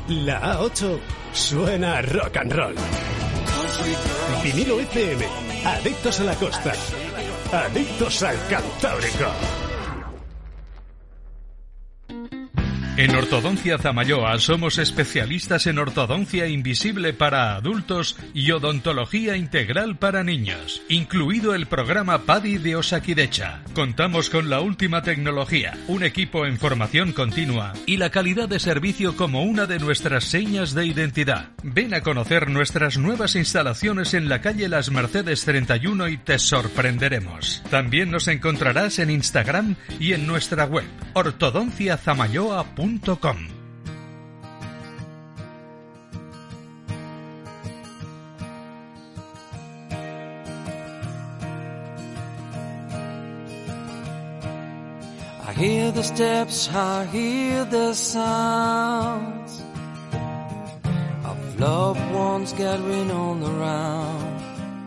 La A8 suena a rock and roll. Vinilo FM, adictos a la costa, adictos al Cantábrico. En Ortodoncia Zamalloa somos especialistas en ortodoncia invisible para adultos y odontología integral para niños, incluido el programa PADI de Osakidecha. Contamos con la última tecnología, un equipo en formación continua y la calidad de servicio como una de nuestras señas de identidad. Ven a conocer nuestras nuevas instalaciones en la calle Las Mercedes 31 y te sorprenderemos. También nos encontrarás en Instagram y en nuestra web ortodonciazamayoa.com. I hear the steps, I hear the sounds of loved ones gathering on the round.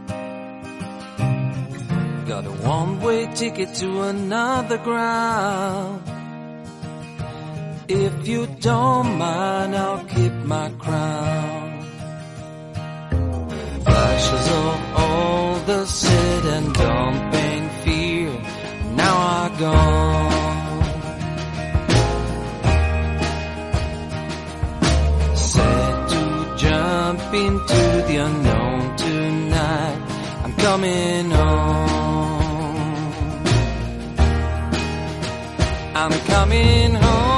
Got a one-way ticket to another ground. If you don't mind, I'll keep my crown. Flashes of all the said and done pain, fear, now are gone. Set to jump into the unknown tonight. I'm coming home. I'm coming home.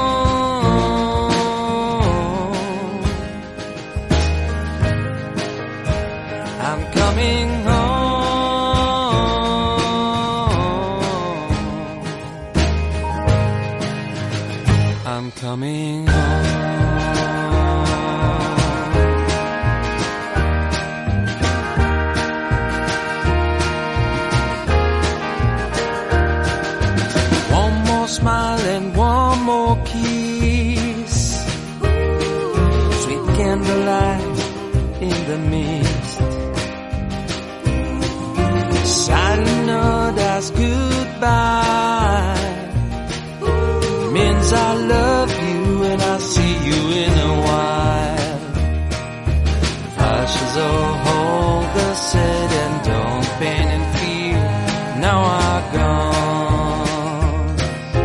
Coming home. One more smile and one more kiss. Sweet candlelight in the mist. Silent nod as goodbye means I love you and I'll see you in a while. Flashes of all the said and done, pain and fear now are gone.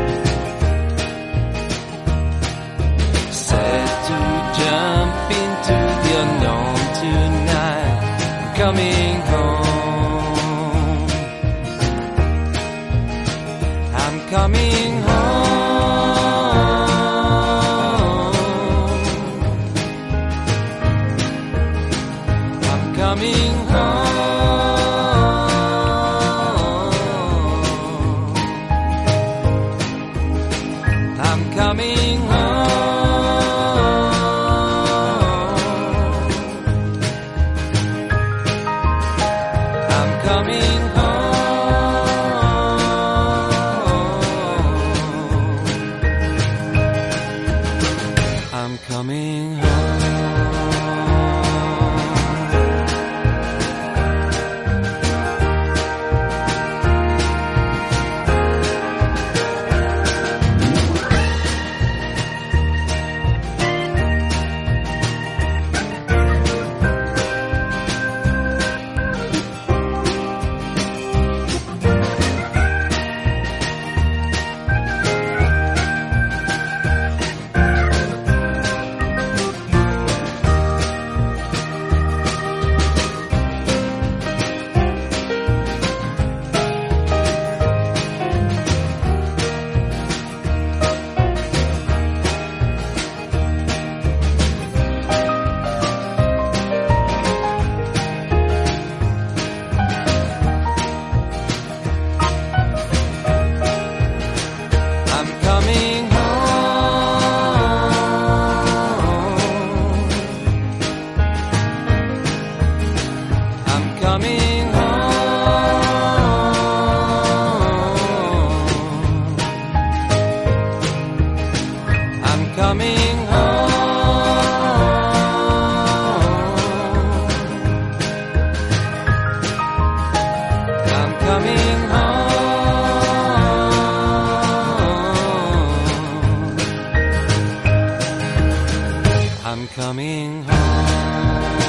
Set to jump into the unknown tonight. I'm coming home. I'm coming home. Coming home. I'm coming home. I'm coming home. I'm coming home. I'm coming home.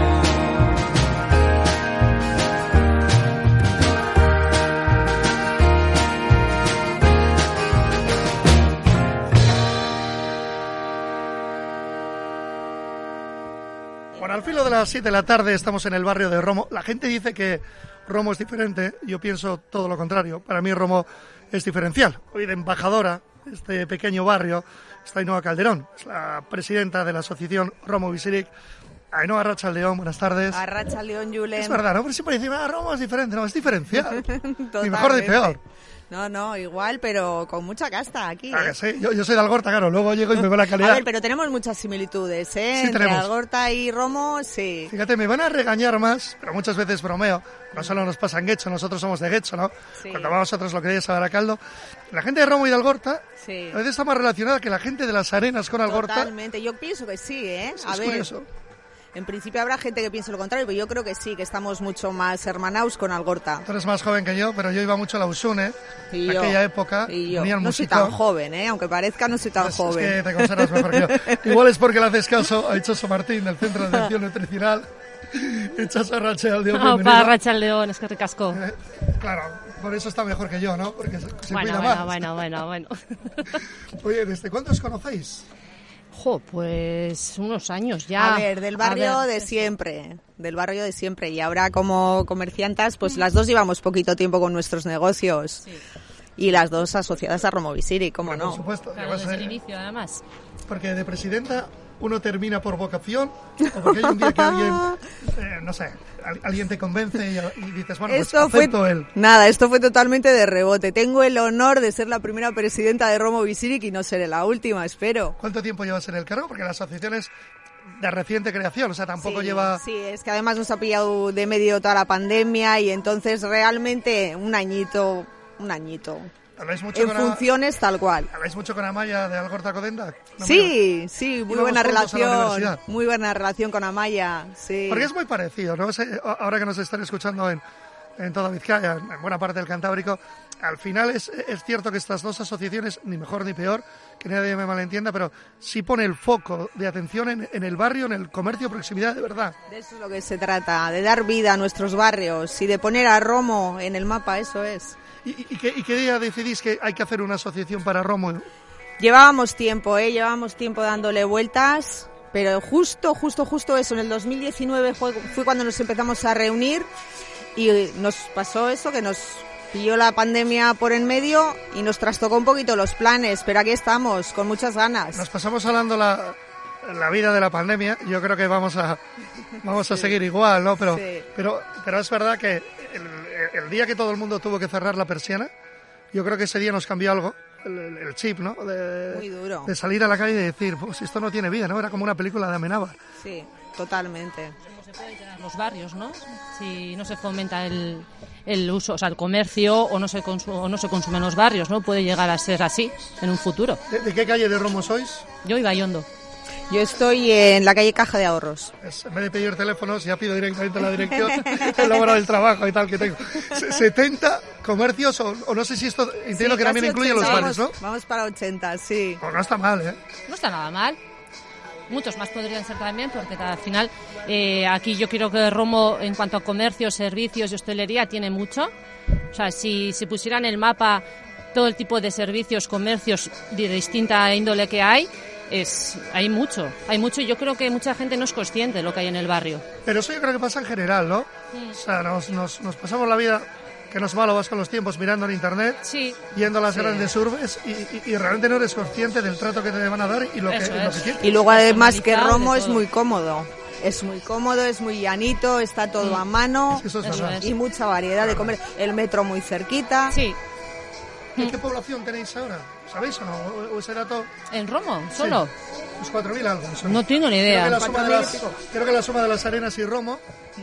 Bueno, al filo de las 7 de la tarde estamos en el barrio de Romo. La gente dice que Romo es diferente, yo pienso todo lo contrario. Para mí Romo es diferencial. Hoy de embajadora de este pequeño barrio está Ainhoa Calderón, es la presidenta de la asociación Romo Bizirik. Ainhoa, Arratsaldeon, buenas tardes. Arratsaldeon, Julen. Es verdad, ¿no? Pero siempre dicen, Romo es diferente, no, es diferencial. Ni mejor ni peor. No, igual, pero con mucha casta aquí. Que sí. Yo soy de Algorta, claro, luego llego y me veo la calidad. A ver, pero tenemos muchas similitudes, ¿eh? Sí, entre tenemos. Algorta y Romo, sí. Fíjate, me van a regañar más, pero muchas veces bromeo. No solo nos pasa en Guecho, nosotros somos de Guecho, ¿no? Sí. Cuando vamos nosotros lo que es a Baracaldo. La gente de Romo y de Algorta, Sí. a veces está más relacionada que la gente de las Arenas con Algorta. Totalmente, yo pienso que sí, ¿eh? Es curioso. En principio habrá gente que piense lo contrario, pero yo creo que sí, que estamos mucho más hermanaos con Algorta. Tú eres más joven que yo, pero yo iba mucho a la Usune, Y en yo, aquella época. y yo. Venía el No soy musicón. tan joven, ¿eh? Aunque parezca, no soy tan joven. Es que te conservas mejor que yo. Igual es porque le haces caso a Itxaso Martín, del Centro de Atención Nutricional. Itxaso, Arratsaldeon, bienvenido. Arratsaldeon, eskerrik asko. Claro, por eso está mejor que yo, ¿no? Porque se cuida más. Bueno. Oye, ¿desde cuándo os conocéis? Pues unos años ya. A ver, del barrio de siempre. Del barrio de siempre. Y ahora como comerciantas, pues las dos llevamos poquito tiempo con nuestros negocios. Sí. Y las dos asociadas a Romo Bizirik, ¿cómo Bueno, no? por supuesto. Claro, desde el inicio, además. Porque de presidenta uno termina por vocación o porque hay un día que alguien, no sé, alguien te convence y dices, bueno, pues acepto él. Esto fue totalmente de rebote. Tengo el honor de ser la primera presidenta de Romo Bizirik y no seré la última, espero. ¿Cuánto tiempo llevas en el cargo? Porque la asociación es de reciente creación, o sea, tampoco lleva... Sí, es que además nos ha pillado de medio toda la pandemia y entonces realmente un añito. ¿Habláis mucho En funciones tal cual. ¿Habláis mucho con Amaya de Algorta Codenda? Sí, muy Íbamos buena juntos a la relación. universidad. Muy buena relación con Amaya, sí. Porque es muy parecido, ¿no? Ahora que nos están escuchando en toda Vizcaya, en buena parte del Cantábrico, al final es cierto que estas dos asociaciones, ni mejor ni peor, que nadie me malentienda, pero sí pone el foco de atención en el barrio, en el comercio, proximidad, de verdad. De eso es lo que se trata, de dar vida a nuestros barrios y de poner a Romo en el mapa, eso es. ¿Y qué día decidís que hay que hacer una asociación para Romo? Llevábamos tiempo dándole vueltas, pero justo eso, en el 2019 fue cuando nos empezamos a reunir y nos pasó eso, que nos pilló la pandemia por en medio y nos trastocó un poquito los planes, pero aquí estamos, con muchas ganas. Nos pasamos hablando la vida de la pandemia, yo creo que vamos a seguir igual, ¿no? Pero es verdad que el día que todo el mundo tuvo que cerrar la persiana, yo creo que ese día nos cambió algo, el chip, ¿no? Muy duro. De salir a la calle y decir, pues esto no tiene vida, ¿no? Era como una película de Amenábar. Sí, totalmente. ¿Cómo se pueden quedar los barrios, no? Si no se fomenta el uso, o sea, el comercio o no se consume en los barrios, ¿no? Puede llegar a ser así en un futuro. ¿De qué calle de Romo sois? Yo iba Ibaiondo. Yo estoy en la calle Caja de Ahorros. En vez de pedir teléfonos, ya pido directamente la dirección en la hora del trabajo y tal que tengo. 70 comercios, o no sé si esto, entiendo que también incluye los bares, ¿no? Vamos para 80, sí. Pues no está mal, ¿eh? No está nada mal. Muchos más podrían ser también, porque al final aquí yo creo que Romo, en cuanto a comercio, servicios y hostelería, tiene mucho. O sea, si pusieran en el mapa todo el tipo de servicios, comercios de distinta índole que hay mucho y yo creo que mucha gente no es consciente de lo que hay en el barrio. Pero eso yo creo que pasa en general, ¿no? O sea, nos pasamos la vida, que nos malo vas con los tiempos, mirando en internet, yendo a las grandes urbes y realmente no eres consciente del trato que te van a dar y lo que tienes. Y luego además que Romo es muy cómodo. Es muy cómodo, es muy llanito, está todo a mano, Es que eso es verdad. y mucha variedad de comer. El metro muy cerquita. Sí. ¿Qué población tenéis ahora? ¿Sabéis o no? ¿O ese dato? ¿En Romo? ¿Solo? Pues 4.000 algo. No tengo ni idea. Creo que la suma de las Arenas y Romo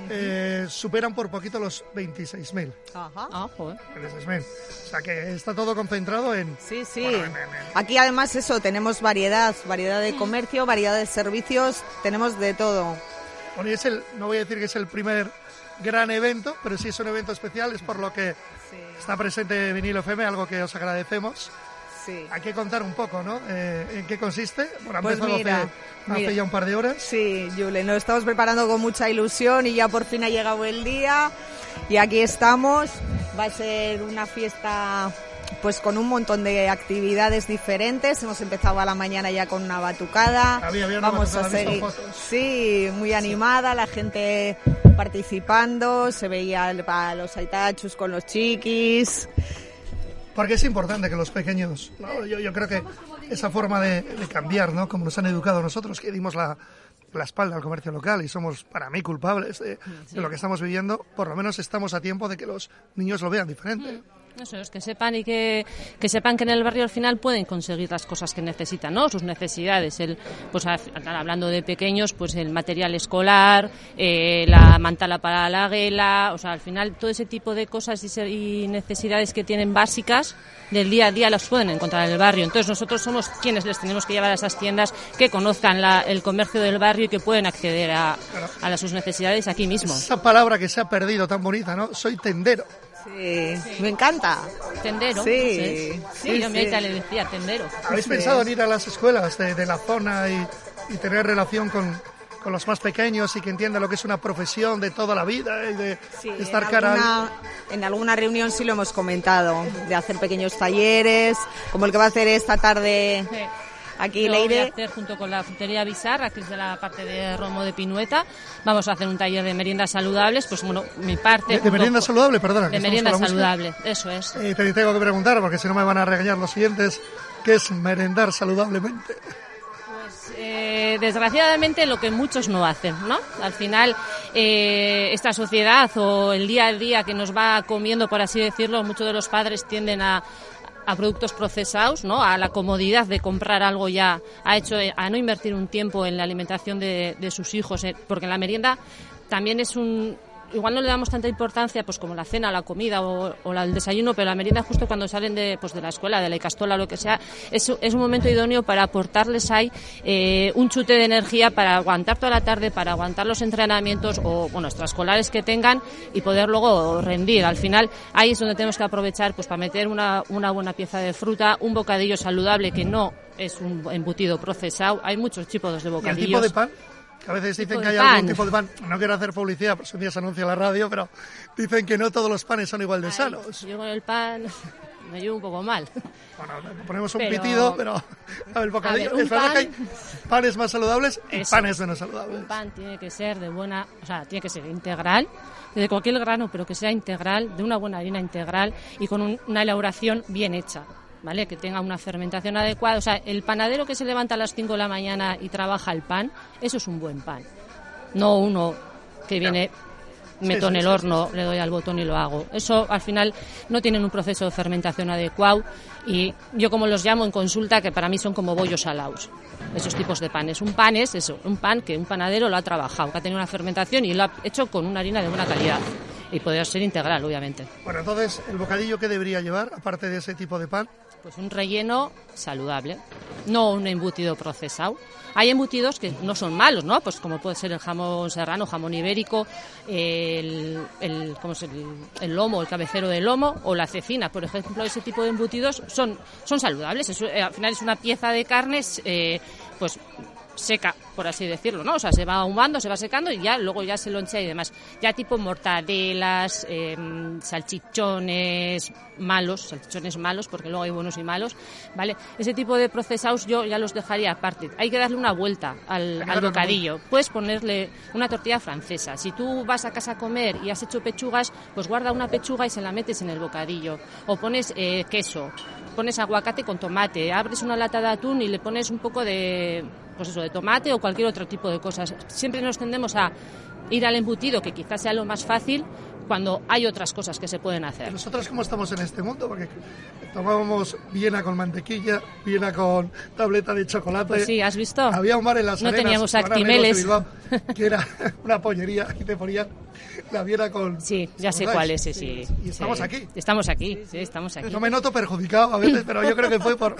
superan por poquito los 26.000. Ajá. Ah, joder. 26.000. O sea que está todo concentrado en... Sí. Bueno, Aquí además eso, tenemos variedad de comercio, variedad de servicios, tenemos de todo. Bueno, y no voy a decir que es el primer gran evento, pero sí es un evento especial, es por lo que está presente Vinilo FM, algo que os agradecemos. Sí. Hay que contar un poco, ¿no? ¿En qué consiste? Bueno, ha Pues empezado mira, hace ya un par de horas. Sí, Yule, nos estamos preparando con mucha ilusión y ya por fin ha llegado el día y aquí estamos. Va a ser una fiesta pues con un montón de actividades diferentes. Hemos empezado a la mañana ya con una batucada. Vamos a seguir. Sí, muy animada, la gente participando, se veía a los aitachus con los chiquis. Porque es importante que los pequeños, ¿no? Yo creo que esa forma de cambiar, ¿no? Como nos han educado a nosotros, que dimos la espalda al comercio local y somos, para mí, culpables de lo que estamos viviendo, por lo menos estamos a tiempo de que los niños lo vean diferente. Eso es, que sepan y que sepan que en el barrio al final pueden conseguir las cosas que necesitan, ¿no? Sus necesidades. Pues hablando de pequeños, pues el material escolar, la mantala para la guela, o sea, al final todo ese tipo de cosas y necesidades que tienen básicas del día a día las pueden encontrar en el barrio. Entonces nosotros somos quienes les tenemos que llevar a esas tiendas, que conozcan el comercio del barrio y que pueden acceder a sus necesidades aquí mismo. Esa palabra que se ha perdido tan bonita, ¿no? Soy tendero. Sí, me encanta. Tendero. Sí, sí, yo a mi aita le decía tendero. ¿Habéis pensado en ir a las escuelas de la zona y tener relación con los más pequeños y que entiendan lo que es una profesión de toda la vida y de estar en alguna reunión sí lo hemos comentado, de hacer pequeños talleres, como el que va a hacer esta tarde... Sí. Aquí Leire. Voy a hacer junto con la frutería Bizarra, que es de la parte de Romo de Pinueta. Vamos a hacer un taller de meriendas saludables. Pues bueno, mi parte. ¿De merienda saludable? Perdona. De merienda saludable, eso es. Te tengo que preguntar, porque si no me van a regañar los siguientes, ¿qué es merendar saludablemente? Pues desgraciadamente lo que muchos no hacen, ¿no? Al final, esta sociedad o el día a día que nos va comiendo, por así decirlo, muchos de los padres tienden a productos procesados, ¿no? A la comodidad de comprar algo ya a no invertir un tiempo en la alimentación de sus hijos, porque la merienda también es igual no le damos tanta importancia pues como la cena, la comida o el desayuno, pero la merienda justo cuando salen de la escuela, de la icastola, lo que sea, es un momento idóneo para aportarles ahí un chute de energía para aguantar toda la tarde, para aguantar los entrenamientos o extraescolares que tengan y poder luego rendir. Al final ahí es donde tenemos que aprovechar pues para meter una buena pieza de fruta, un bocadillo saludable que no es un embutido procesado. Hay muchos tipos de bocadillos. ¿Y el tipo de pan? A veces dicen que hay algún tipo de pan, no quiero hacer publicidad, por si un día se anuncia en la radio, pero dicen que no todos los panes son igual de sanos. Yo con el pan me llevo un poco mal. Bueno, ponemos un pitido, pero el bocadillo, es verdad que hay panes más saludables y panes menos saludables. Un pan tiene que ser tiene que ser integral, de cualquier grano, pero que sea integral, de una buena harina integral y con una elaboración bien hecha. ¿Vale? Que tenga una fermentación adecuada. O sea, el panadero que se levanta a las 5 de la mañana y trabaja el pan, eso es un buen pan. No uno que viene, meto en el horno, le doy al botón y lo hago. Eso, al final, no tienen un proceso de fermentación adecuado y yo como los llamo en consulta, que para mí son como bollos salados, esos tipos de panes. Un pan es eso, un pan que un panadero lo ha trabajado, que ha tenido una fermentación y lo ha hecho con una harina de buena calidad. Y podría ser integral, obviamente. Bueno, entonces, ¿el bocadillo qué debería llevar, aparte de ese tipo de pan? Pues un relleno saludable, no un embutido procesado. Hay embutidos que no son malos, ¿no? Pues como puede ser el jamón serrano, jamón ibérico, el lomo, el cabecero de lomo o la cecina, por ejemplo. Ese tipo de embutidos son saludables. Al final es una pieza de carne, pues seca, por así decirlo, ¿no? O sea, se va ahumando, se va secando y ya luego ya se loncha y demás. Ya tipo mortadelas, salchichones malos, porque luego hay buenos y malos, ¿vale? Ese tipo de procesados yo ya los dejaría aparte. Hay que darle una vuelta al bocadillo. Puedes ponerle una tortilla francesa. Si tú vas a casa a comer y has hecho pechugas, pues guarda una pechuga y se la metes en el bocadillo. O pones queso, pones aguacate con tomate, abres una lata de atún y le pones un poco de tomate o cualquier otro tipo de cosas. Siempre nos tendemos a ir al embutido, que quizás sea lo más fácil, cuando hay otras cosas que se pueden hacer. ¿Nosotros cómo estamos en este mundo? Porque tomábamos Viena con mantequilla, Viena con tableta de chocolate. Pues sí, ¿has visto? Había un bar en Las Arenas, no teníamos Actimeles, Bilbao, que era una pollería y te ponían la Viena con... Sí, ya sé cuál es, sí. Y estamos aquí. Estamos aquí. No me noto perjudicado a veces, pero yo creo que fue por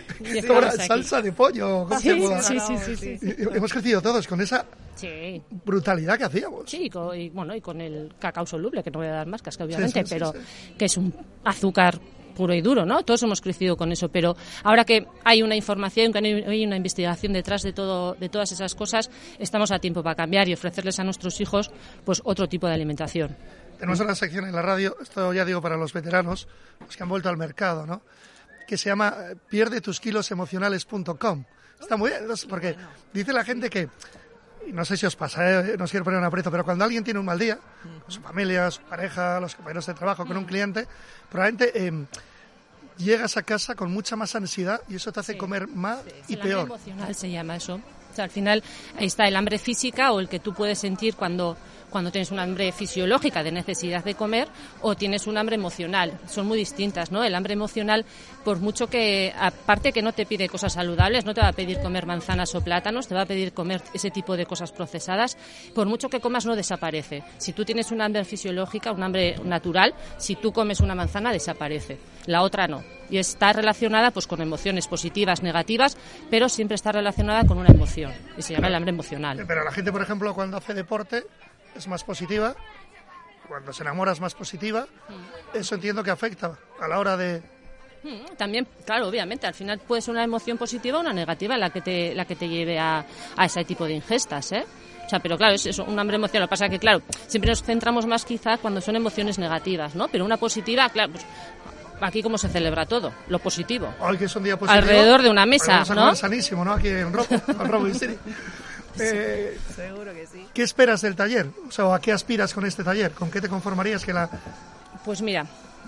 salsa de pollo. Sí. Hemos crecido todos con esa brutalidad que hacíamos. Sí, y con el cacao soluble, que no voy a dar más casca, obviamente, pero que es un azúcar puro y duro, ¿no? Todos hemos crecido con eso, pero ahora que hay una información, que hay una investigación detrás de todas esas cosas, estamos a tiempo para cambiar y ofrecerles a nuestros hijos pues otro tipo de alimentación. Tenemos una sección en la radio, esto ya digo para los veteranos, los que han vuelto al mercado, ¿no?, que se llama pierdetuskilosemocionales.com. Está muy bien, porque dice la gente que, y no sé si os pasa, no os quiero poner un aprieto, pero cuando alguien tiene un mal día, con su familia, su pareja, los compañeros de trabajo, con un cliente, probablemente llegas a casa con mucha más ansiedad y eso te hace comer más y el peor. Hambre emocional se llama eso. O sea, al final ahí está el hambre física o el que tú puedes sentir cuando tienes un hambre fisiológica de necesidad de comer o tienes un hambre emocional. Son muy distintas, ¿no? El hambre emocional, por mucho que, aparte que no te pide cosas saludables, no te va a pedir comer manzanas o plátanos, te va a pedir comer ese tipo de cosas procesadas, por mucho que comas no desaparece. Si tú tienes un hambre fisiológica, un hambre natural, si tú comes una manzana desaparece, la otra no. Y está relacionada pues con emociones positivas, negativas, pero siempre está relacionada con una emoción y se llama el hambre emocional. Pero la gente, por ejemplo, cuando hace deporte es más positiva, cuando se enamora es más positiva, eso entiendo que afecta a la hora de... También, claro, obviamente, al final puede ser una emoción positiva o una negativa la que te lleve a ese tipo de ingestas, ¿eh? O sea, pero claro, es un hambre emocional. Lo que pasa es que, claro, siempre nos centramos más quizá cuando son emociones negativas, ¿no? Pero una positiva, claro, pues aquí como se celebra todo, lo positivo. Hoy que es un día positivo. Alrededor de una mesa, vamos a ¿no? comer sanísimo, ¿no? Aquí en Robo City. Seguro que sí. ¿Qué esperas del taller? O sea, ¿a qué aspiras con este taller? ¿Con qué te conformarías que la...? Pues mira,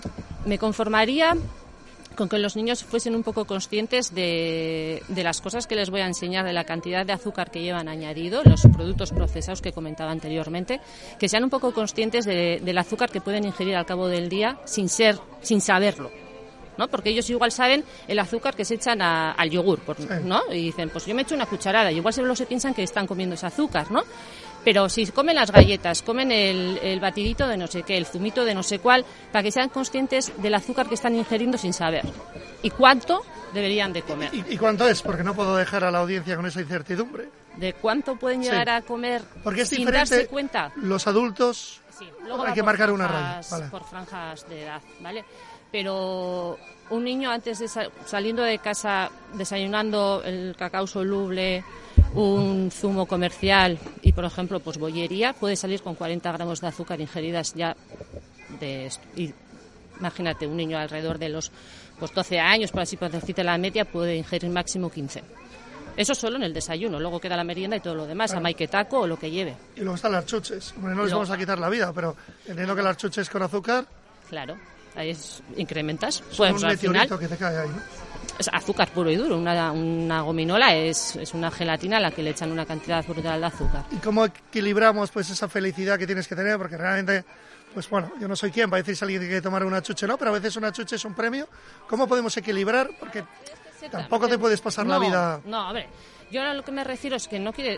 me conformaría con que los niños fuesen un poco conscientes de las cosas que les voy a enseñar, de la cantidad de azúcar que llevan añadido, los productos procesados que comentaba anteriormente, que sean un poco conscientes del azúcar que pueden ingerir al cabo del día sin saberlo, ¿no? Porque ellos igual saben el azúcar que se echan al yogur, ¿no? Y dicen, pues yo me echo una cucharada, y igual se piensan que están comiendo ese azúcar, ¿no? Pero si comen las galletas, comen el batidito de no sé qué, el zumito de no sé cuál, para que sean conscientes del azúcar que están ingiriendo sin saber. ¿Y cuánto deberían de comer? ¿Y cuánto es? Porque no puedo dejar a la audiencia con esa incertidumbre. ¿De cuánto pueden llegar a comer porque es sin diferente, darse cuenta? Los adultos, sí, luego hay que marcar una raya. Vale. Por franjas de edad, ¿vale? Pero un niño antes de saliendo de casa, desayunando el cacao soluble, un zumo comercial y, por ejemplo, pues bollería, puede salir con 40 gramos de azúcar ingeridas ya de esto. Y imagínate, un niño alrededor de los 12 años, por así decirte la media, puede ingerir máximo 15. Eso solo en el desayuno, luego queda la merienda y todo lo demás, claro. Amaiquetaco o lo que lleve. Y luego están las chuches. Bueno, no les vamos a quitar la vida, pero entiendo que las chuches con azúcar... Claro, ahí incrementas. Es pues un al final que te cae ahí, ¿no? Es azúcar puro y duro. Una gominola es una gelatina a la que le echan una cantidad brutal de azúcar. ¿Y cómo equilibramos pues esa felicidad que tienes que tener? Porque realmente, pues bueno, yo no soy quien para decir si alguien tiene que tomar una chuche, ¿no? Pero a veces una chuche es un premio. ¿Cómo podemos equilibrar? Porque tampoco te puedes pasar la vida... No, a ver, yo a lo que me refiero es que no te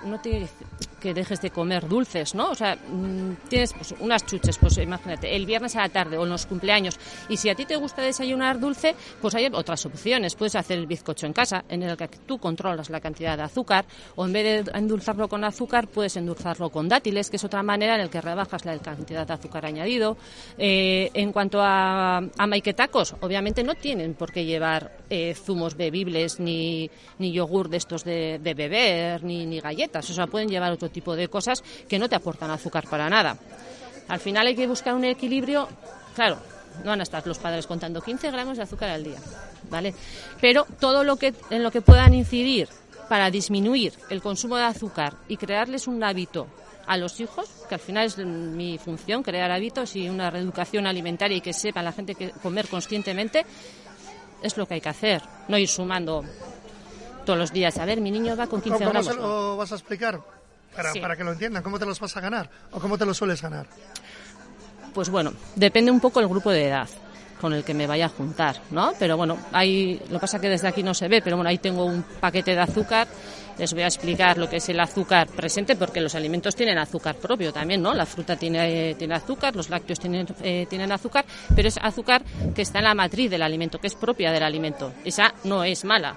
que dejes de comer dulces, ¿no? O sea, tienes pues, unas chuches, pues imagínate, el viernes a la tarde o en los cumpleaños. Y si a ti te gusta desayunar dulce, pues hay otras opciones. Puedes hacer el bizcocho en casa, en el que tú controlas la cantidad de azúcar, o en vez de endulzarlo con azúcar, puedes endulzarlo con dátiles, que es otra manera en la que rebajas la cantidad de azúcar añadido. En cuanto a maiquetacos, obviamente no tienen por qué llevar zumos bebibles, ni yogur de estos de beber, ni galletas. O sea, pueden llevar otro tipo de cosas que no te aportan azúcar para nada. Al final hay que buscar un equilibrio. Claro, no van a estar los padres contando 15 gramos de azúcar al día, ¿vale? Pero todo en lo que puedan incidir para disminuir el consumo de azúcar y crearles un hábito a los hijos, que al final es mi función, crear hábitos y una reeducación alimentaria y que sepa la gente que comer conscientemente, es lo que hay que hacer, no ir sumando todos los días. A ver, mi niño va con 15 gramos. ¿Cómo se lo vas a explicar? Para que lo entiendan, ¿cómo te los vas a ganar? ¿O cómo te los sueles ganar? Pues bueno, depende un poco el grupo de edad con el que me vaya a juntar, ¿no? Pero bueno, lo que pasa es que desde aquí no se ve, pero bueno, ahí tengo un paquete de azúcar. Les voy a explicar lo que es el azúcar presente, porque los alimentos tienen azúcar propio también, ¿no? La fruta tiene azúcar, los lácteos tienen azúcar, pero es azúcar que está en la matriz del alimento, que es propia del alimento. Esa no es mala.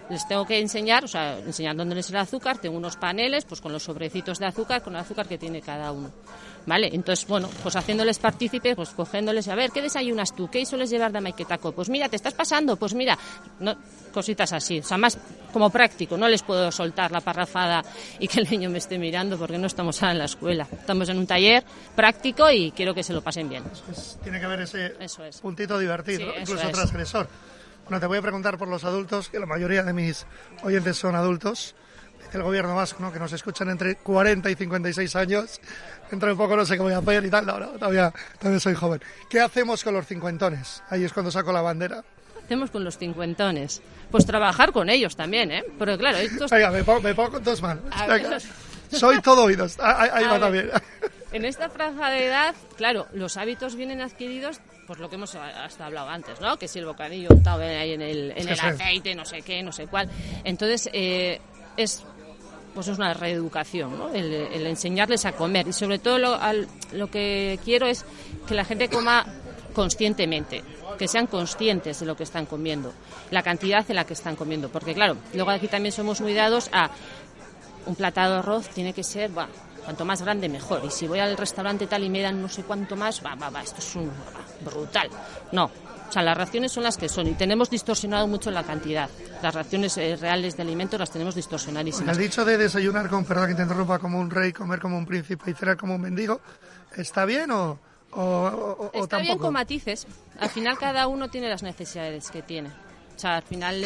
les tengo que enseñar, o sea, enseñándoles el azúcar, tengo unos paneles pues con los sobrecitos de azúcar, con el azúcar que tiene cada uno. ¿Vale? Entonces, bueno, pues haciéndoles partícipes, pues cogiéndoles, a ver, ¿qué desayunas tú? ¿Qué sueles llevar de maiketako? Pues mira, te estás pasando, pues mira, no, cositas así, o sea, más como práctico, no les puedo soltar la parrafada y que el niño me esté mirando porque no estamos en la escuela, estamos en un taller práctico y quiero que se lo pasen bien. Tiene que haber ese es. puntito divertido, Sí, incluso transgresor. Bueno, te voy a preguntar por los adultos, que la mayoría de mis oyentes son adultos. Dice el gobierno vasco, ¿no?, que nos escuchan entre 40 y 56 años. Dentro de poco no sé qué voy a hacer y tal. No, todavía soy joven. ¿Qué hacemos con los cincuentones? Ahí es cuando saco la bandera. ¿Qué hacemos con los cincuentones? Pues trabajar con ellos también, ¿eh? Porque claro, estos... Venga, me pongo con 2 manos. Venga. Soy todo oídos. Ahí va también. En esta franja de edad, claro, los hábitos vienen adquiridos, pues lo que hemos hasta hablado antes, ¿no? Que si el bocadillo untado ahí en el aceite, no sé qué, no sé cuál. Entonces, es una reeducación, ¿no? El enseñarles a comer. Y sobre todo lo que quiero es que la gente coma conscientemente, que sean conscientes de lo que están comiendo, la cantidad en la que están comiendo. Porque claro, luego aquí también somos muy dados a un platado de arroz tiene que ser, cuanto más grande mejor. Y si voy al restaurante tal y me dan no sé cuánto más, esto es brutal. No, o sea, las raciones son las que son y tenemos distorsionado mucho la cantidad. Las raciones reales de alimentos las tenemos distorsionadísimas. El dicho de desayunar con, perdón que te interrumpa, como un rey, comer como un príncipe y cenar como un mendigo, ¿está bien o está tampoco? bien con matices. Al final cada uno tiene las necesidades que tiene. O sea, al final,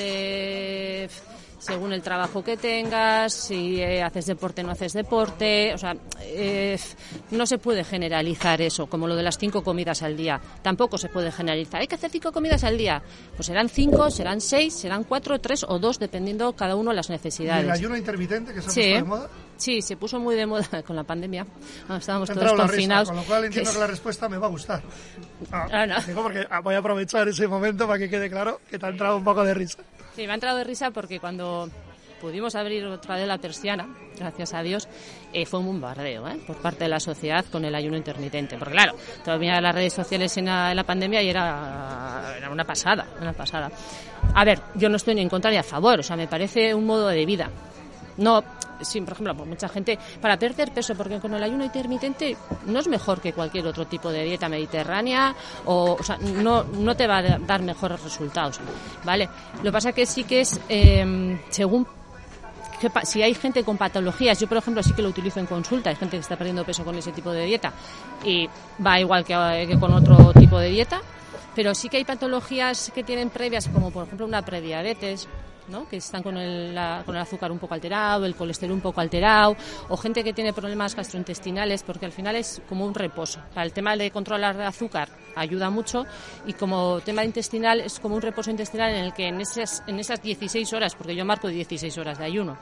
según el trabajo que tengas, si haces deporte o no haces deporte, o sea, no se puede generalizar eso, como lo de las 5 comidas al día. Tampoco se puede generalizar. Hay que hacer 5 comidas al día. Pues serán 5, serán 6, serán 4, 3 o 2, dependiendo cada uno de las necesidades. ¿Y el ayuno intermitente, que se ha puesto de moda? Sí, se puso muy de moda con la pandemia. Estábamos todos confinados. Con lo cual entiendo que la respuesta me va a gustar. No. Digo porque voy a aprovechar ese momento para que quede claro que te ha entrado un poco de risa. Sí, me ha entrado de risa porque cuando pudimos abrir otra vez la persiana, gracias a Dios, fue un bombardeo por parte de la sociedad con el ayuno intermitente. Porque claro, todavía las redes sociales en la pandemia y era una pasada. A ver, yo no estoy ni en contra ni a favor, o sea, me parece un modo de vida. No, sí, por ejemplo, mucha gente para perder peso, porque con el ayuno intermitente no es mejor que cualquier otro tipo de dieta mediterránea, o sea, no te va a dar mejores resultados, ¿vale? Lo que pasa que sí que es según si hay gente con patologías, yo por ejemplo sí que lo utilizo en consulta, hay gente que está perdiendo peso con ese tipo de dieta y va igual que con otro tipo de dieta, pero sí que hay patologías que tienen previas, como por ejemplo una prediabetes, ¿no?, que están con el azúcar un poco alterado, el colesterol un poco alterado, o gente que tiene problemas gastrointestinales, porque al final es como un reposo. Para el tema de controlar el azúcar ayuda mucho, y como tema intestinal es como un reposo intestinal en el que en esas 16 horas, porque yo marco 16 horas de ayuno,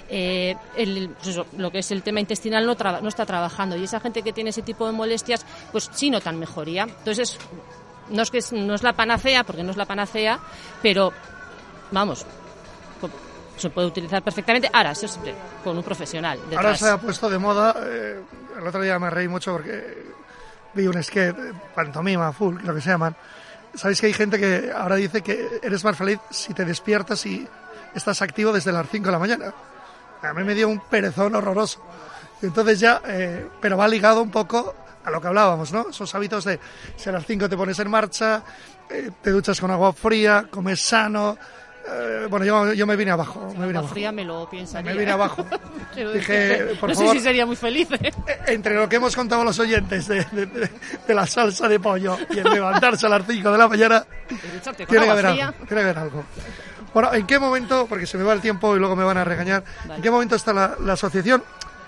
pues eso, lo que es el tema intestinal no está trabajando, y esa gente que tiene ese tipo de molestias, pues sí notan mejoría. Entonces, no es la panacea, porque no es la panacea, pero vamos, se puede utilizar perfectamente. Ahora, eso siempre con un profesional detrás. Ahora se ha puesto de moda, el otro día me reí mucho porque vi un sketch, pantomima, full, creo que se llaman. Sabéis que hay gente que ahora dice que eres más feliz si te despiertas y estás activo desde las 5 de la mañana. A mí me dio un perezón horroroso. Y entonces ya, pero va ligado un poco a lo que hablábamos, ¿no? Esos hábitos de si a las 5 te pones en marcha, te duchas con agua fría, comes sano. Bueno, yo me vine abajo. Fría me lo piensaría. Me vine abajo. Dije, por no favor, sé si sería muy feliz. Entre lo que hemos contado a los oyentes de la salsa de pollo y el levantarse a las 5 de la mañana, tiene que haber algo. Bueno, ¿en qué momento, porque se me va el tiempo y luego me van a regañar, ¿en qué momento está la asociación?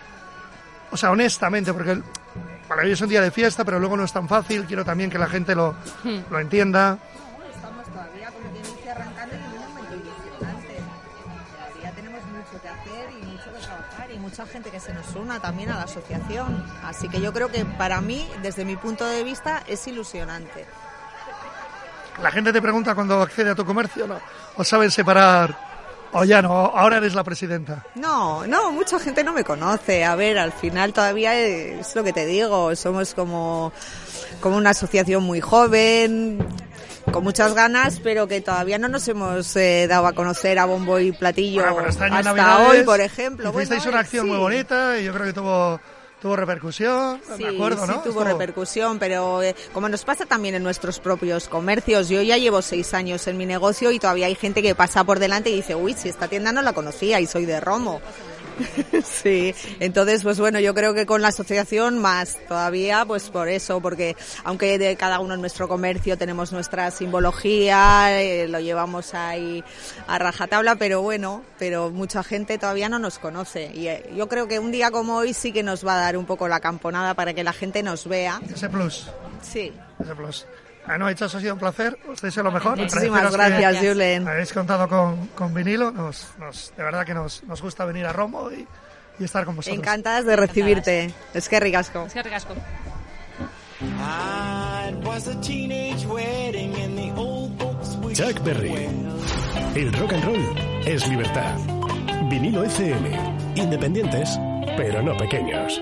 O sea, honestamente, porque para mí es un día de fiesta, pero luego no es tan fácil. Quiero también que la gente lo entienda. Estamos todavía, como quien dice, arrancando en un momento ilusionante. Todavía tenemos mucho que hacer y mucho que trabajar y mucha gente que se nos una también a la asociación. Así que yo creo que para mí, desde mi punto de vista, es ilusionante. La gente te pregunta cuando accede a tu comercio, ¿no? ¿O saben separar? O ya no, ahora eres la presidenta. No, mucha gente no me conoce. A ver, al final todavía es lo que te digo, somos como una asociación muy joven. con muchas ganas, pero que todavía no nos hemos dado a conocer a bombo y platillo este año hasta Navidades, hoy, por ejemplo. Hicisteis una acción muy bonita y yo creo que tuvo repercusión, sí, me acuerdo, ¿no? Sí, tuvo repercusión, pero como nos pasa también en nuestros propios comercios, yo ya llevo 6 años en mi negocio y todavía hay gente que pasa por delante y dice, uy, si esta tienda no la conocía y soy de Romo. Sí, entonces pues bueno, yo creo que con la asociación más todavía, pues por eso, porque aunque de cada uno en nuestro comercio tenemos nuestra simbología, lo llevamos ahí a rajatabla, pero bueno, pero mucha gente todavía no nos conoce y yo creo que un día como hoy sí que nos va a dar un poco la camponada para que la gente nos vea. Ese plus. Sí. Ese plus. Bueno, hechos, ha sido un placer, os deseo lo mejor. Muchísimas gracias, Julen. Habéis contado con vinilo, de verdad que nos gusta venir a Romo y estar con vosotros. Encantadas de recibirte. Es que ricasco. Es que ricasco. Chuck Berry. El rock and roll es libertad. Vinilo FM. Independientes, pero no pequeños.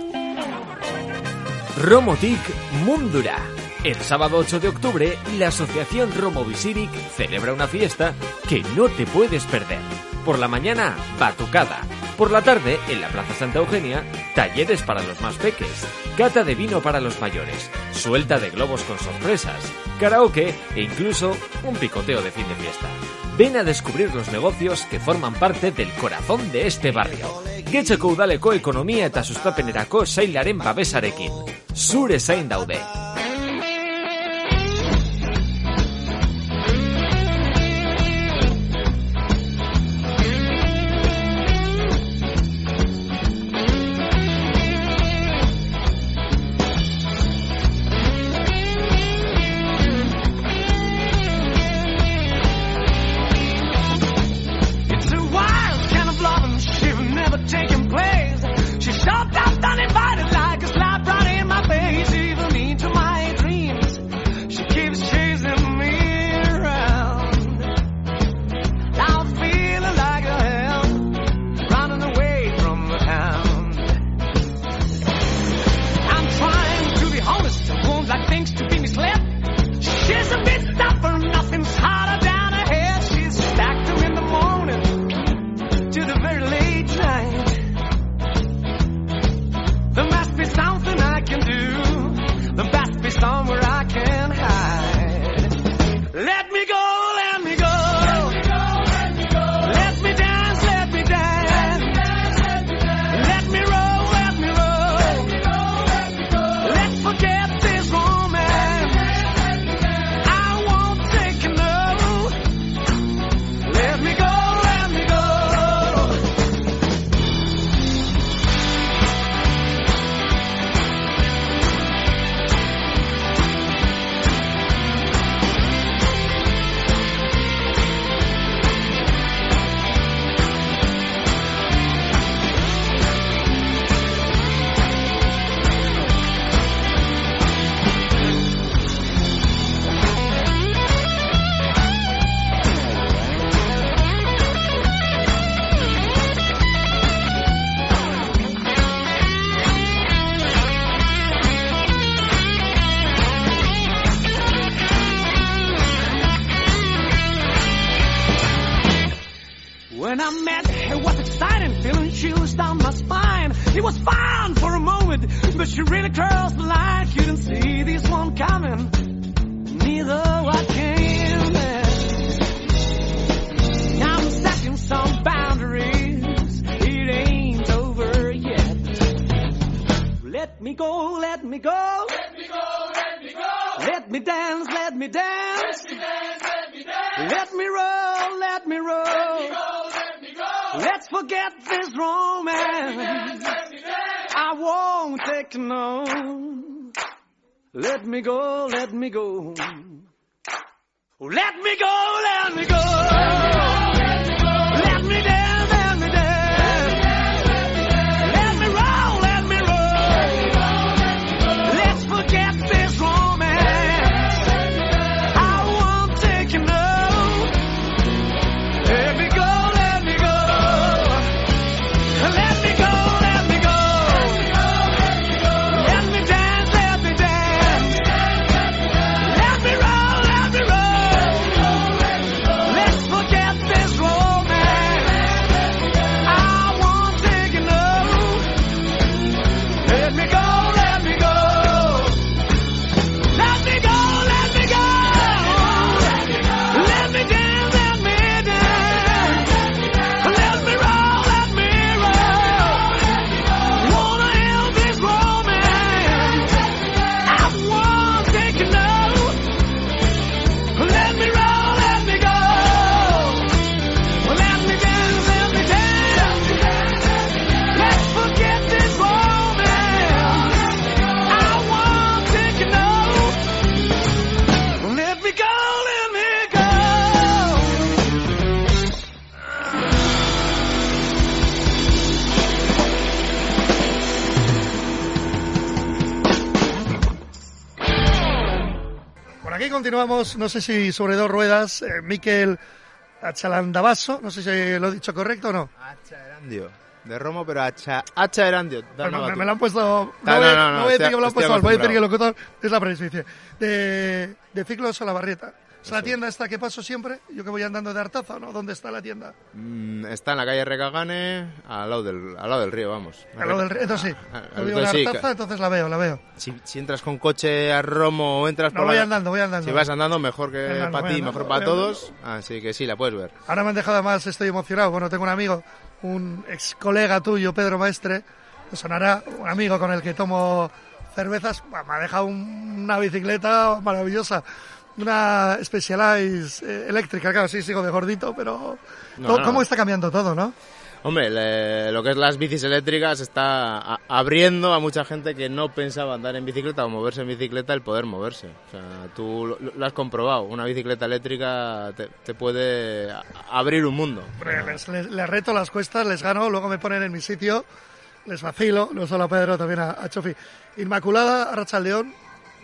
Romotic Mundura. El sábado 8 de octubre, la asociación Romo Visiric celebra una fiesta que no te puedes perder. Por la mañana, batucada. Por la tarde, en la Plaza Santa Eugenia, talleres para los más peques, cata de vino para los mayores, suelta de globos con sorpresas, karaoke e incluso un picoteo de fin de fiesta. Ven a descubrir los negocios que forman parte del corazón de este barrio. Getxeko udaleko ekonomia eta sustapenerako sailaren babesarekin. Zure zain daude. When I met her, it was exciting, feeling chills down my spine. It was fun for a moment, but she really crossed the line. Couldn't see this one coming, neither what came. I'm setting some boundaries, it ain't over yet. Let me go, let me go. Let me go, let me go. Let me dance, let me dance. Let me dance, let me dance. Let me roll, let me roll. Let me go, let me go. Let's forget this romance. Let me dance, let me dance. I won't take no. Let me go, let me go. Let me go, let me go. Let me go, let me dance, let me dance. Let me roll, let me roll. Let's forget this romance. I won't take no. Let me go, let me go. Let me go, let me go. Let me dance, let me dance. Let me roll, let me roll. continuamos, no sé si sobre 2 ruedas, Mikel Achalandabaso, no sé si lo he dicho correcto o no. Achaerandio, de Romo, pero Achaerandio. Bueno, me lo han puesto, no voy a decir que me lo han puesto, voy a decir que el locutor es la presbicia. De Ciclos Olavarrieta. ¿Es la tienda esta que paso siempre? Yo que voy andando de Artaza, ¿no? ¿Dónde está la tienda? Está en la calle Recagane, al lado del río, vamos. Al lado del río, entonces sí. Yo vivo en Artaza, entonces la veo. Si entras con coche a Romo o entras por voy andando. Si vas andando, mejor que para ti, mejor para todos. Así que sí, la puedes ver. Ahora me han dejado más, estoy emocionado. Bueno, tengo un amigo, un ex colega tuyo, Pedro Maestre, que sonará, un amigo con el que tomo cervezas. Me ha dejado una bicicleta maravillosa. Una Specialized eléctrica, claro, sí, sigo de gordito, pero ¿cómo está cambiando todo, no? Hombre, lo que es las bicis eléctricas está abriendo a mucha gente que no pensaba andar en bicicleta o moverse en bicicleta el poder moverse. O sea, tú lo has comprobado, una bicicleta eléctrica te puede abrir un mundo. Les reto las cuestas, les gano, luego me ponen en mi sitio, les vacilo, no solo a Pedro, también a Chofi. Inmaculada Arratsaldeon.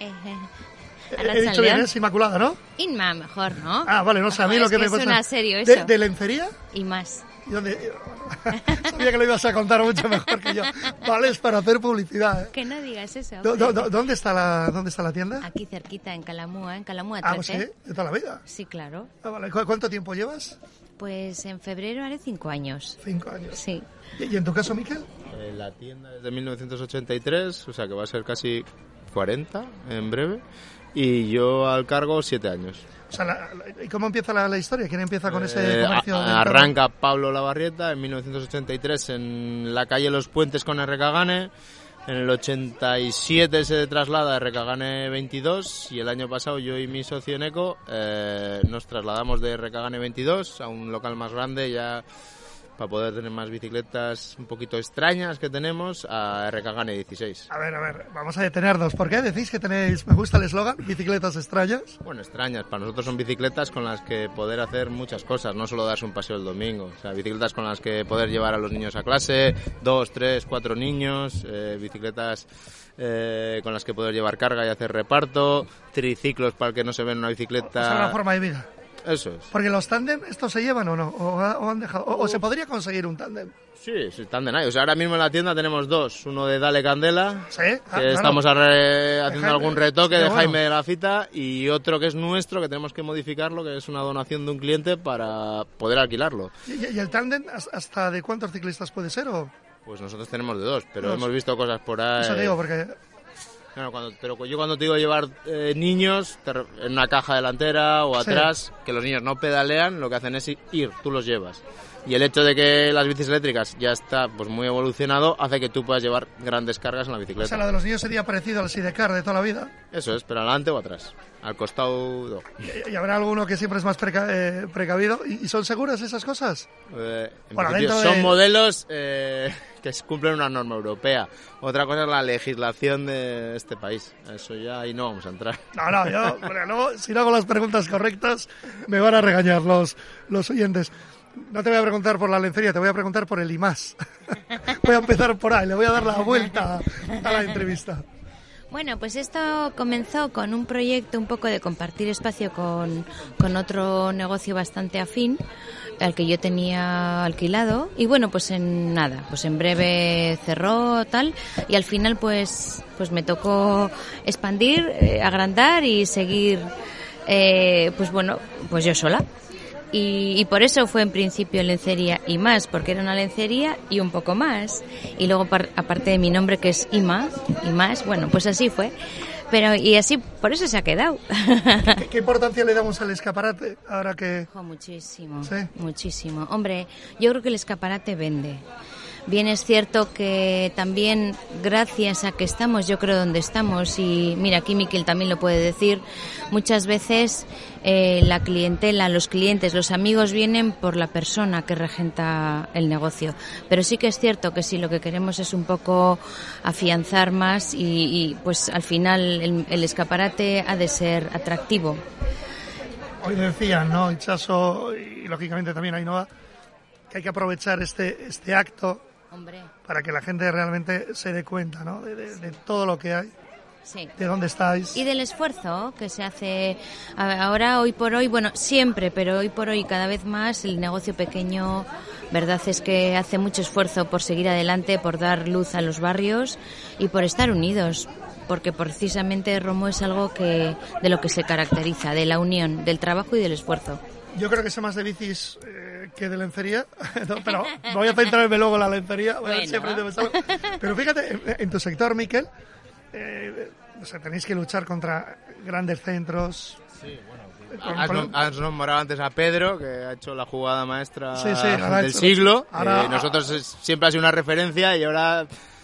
He dicho bien, es Inmaculada, ¿no? Inma, mejor, ¿no? Ah, vale, no sé, a mí lo que me pasa... suena serio eso. ¿De lencería? Y más. ¿Y dónde? Sabía que lo ibas a contar mucho mejor que yo. Vale, es para hacer publicidad, ¿eh? Que no digas eso. ¿Dónde está la tienda? Aquí cerquita, en Calamúa 13. Ah, pues sí, de toda la vida. Sí, claro. Ah, vale. ¿Cuánto tiempo llevas? Pues en febrero haré 5 años. 5 años. Sí. ¿Y en tu caso, Mikel? La tienda es de 1983, o sea que va a ser casi 40 en breve. Y yo al cargo 7 años. O sea, ¿y cómo empieza la historia? ¿Quién empieza con ese comercio? Arranca Pablo Lavarrieta en 1983 en la calle Los Puentes con Recagane. En el 87 se traslada a Recagane 22 y el año pasado yo y mi socio Eneco nos trasladamos de Recagane 22 a un local más grande ya para poder tener más bicicletas un poquito extrañas que tenemos a Recagane 16. A ver, vamos a detenernos. ¿Por qué decís que tenéis, me gusta el eslogan, bicicletas extrañas? Bueno, extrañas. Para nosotros son bicicletas con las que poder hacer muchas cosas, no solo darse un paseo el domingo. O sea, bicicletas con las que poder llevar a los niños a clase, 2, 3, 4 niños, bicicletas con las que poder llevar carga y hacer reparto, triciclos para el que no se ve en una bicicleta. Es una forma de vida. Eso es. Porque los tándem, ¿estos se llevan o no? ¿O han dejado? ¿O se podría conseguir un tándem? Sí, tándem hay. O sea, ahora mismo en la tienda tenemos 2. Uno de Dale Candela, ¿sí? que estamos haciendo algún retoque de Jaime de la Fita, y otro que es nuestro, que tenemos que modificarlo, que es una donación de un cliente para poder alquilarlo. ¿Y el tándem hasta de cuántos ciclistas puede ser? ¿O? Pues nosotros tenemos de 2, pero hemos visto cosas por ahí. Eso te digo, porque... Bueno, yo cuando te digo llevar niños en una caja delantera o atrás, que los niños no pedalean, lo que hacen es ir, tú los llevas. Y el hecho de que las bicis eléctricas ya está pues muy evolucionado hace que tú puedas llevar grandes cargas en la bicicleta. O sea, la de los niños sería parecido al sidecar de toda la vida. Eso es, pero adelante o atrás. Al costado no. ¿Y habrá alguno que siempre es más precavido? ¿Y son seguras esas cosas? Son modelos que cumplen una norma europea. Otra cosa es la legislación de este país. Eso ya ahí no vamos a entrar. No, si no hago las preguntas correctas me van a regañar los oyentes. No te voy a preguntar por la lencería, te voy a preguntar por el IMAS. Voy a empezar por ahí, le voy a dar la vuelta a la entrevista. Bueno, pues esto comenzó con un proyecto un poco de compartir espacio con otro negocio bastante afín al que yo tenía alquilado, y bueno, pues en breve cerró tal, y al final pues me tocó expandir, agrandar y seguir pues yo sola. Y por eso fue en principio lencería y más, porque era una lencería y un poco más. Y luego, aparte de mi nombre, que es Ima, y más, bueno, pues así fue. Pero, y así, por eso se ha quedado. ¿Qué importancia le damos al escaparate ahora que...? Muchísimo, ¿sí? Muchísimo. Hombre, yo creo que el escaparate vende. Bien es cierto que también gracias a que estamos, yo creo, donde estamos, y mira, aquí Mikel también lo puede decir, muchas veces la clientela, los clientes, los amigos vienen por la persona que regenta el negocio. Pero sí que es cierto que si lo que queremos es un poco afianzar más y pues al final el escaparate ha de ser atractivo. Hoy decían, ¿no? Itxaso y lógicamente también Ainhoa, que hay que aprovechar este acto. Hombre, para que la gente realmente se dé cuenta, ¿no? de todo lo que hay. Sí. de dónde estáis. Y del esfuerzo que se hace ahora, hoy por hoy, bueno, siempre, pero hoy por hoy cada vez más el negocio pequeño, verdad es que hace mucho esfuerzo por seguir adelante, por dar luz a los barrios y por estar unidos, porque precisamente Romo es algo de lo que se caracteriza, de la unión, del trabajo y del esfuerzo. Yo creo que sé más de bicis que de lencería, no, pero voy a centrarme luego en la lencería. Bueno. Pero fíjate, en tu sector, Miquel, tenéis que luchar contra grandes centros. Sí, bueno. Has nombrado antes a Pedro, que ha hecho la jugada maestra del siglo. Nosotros siempre ha sido una referencia y ahora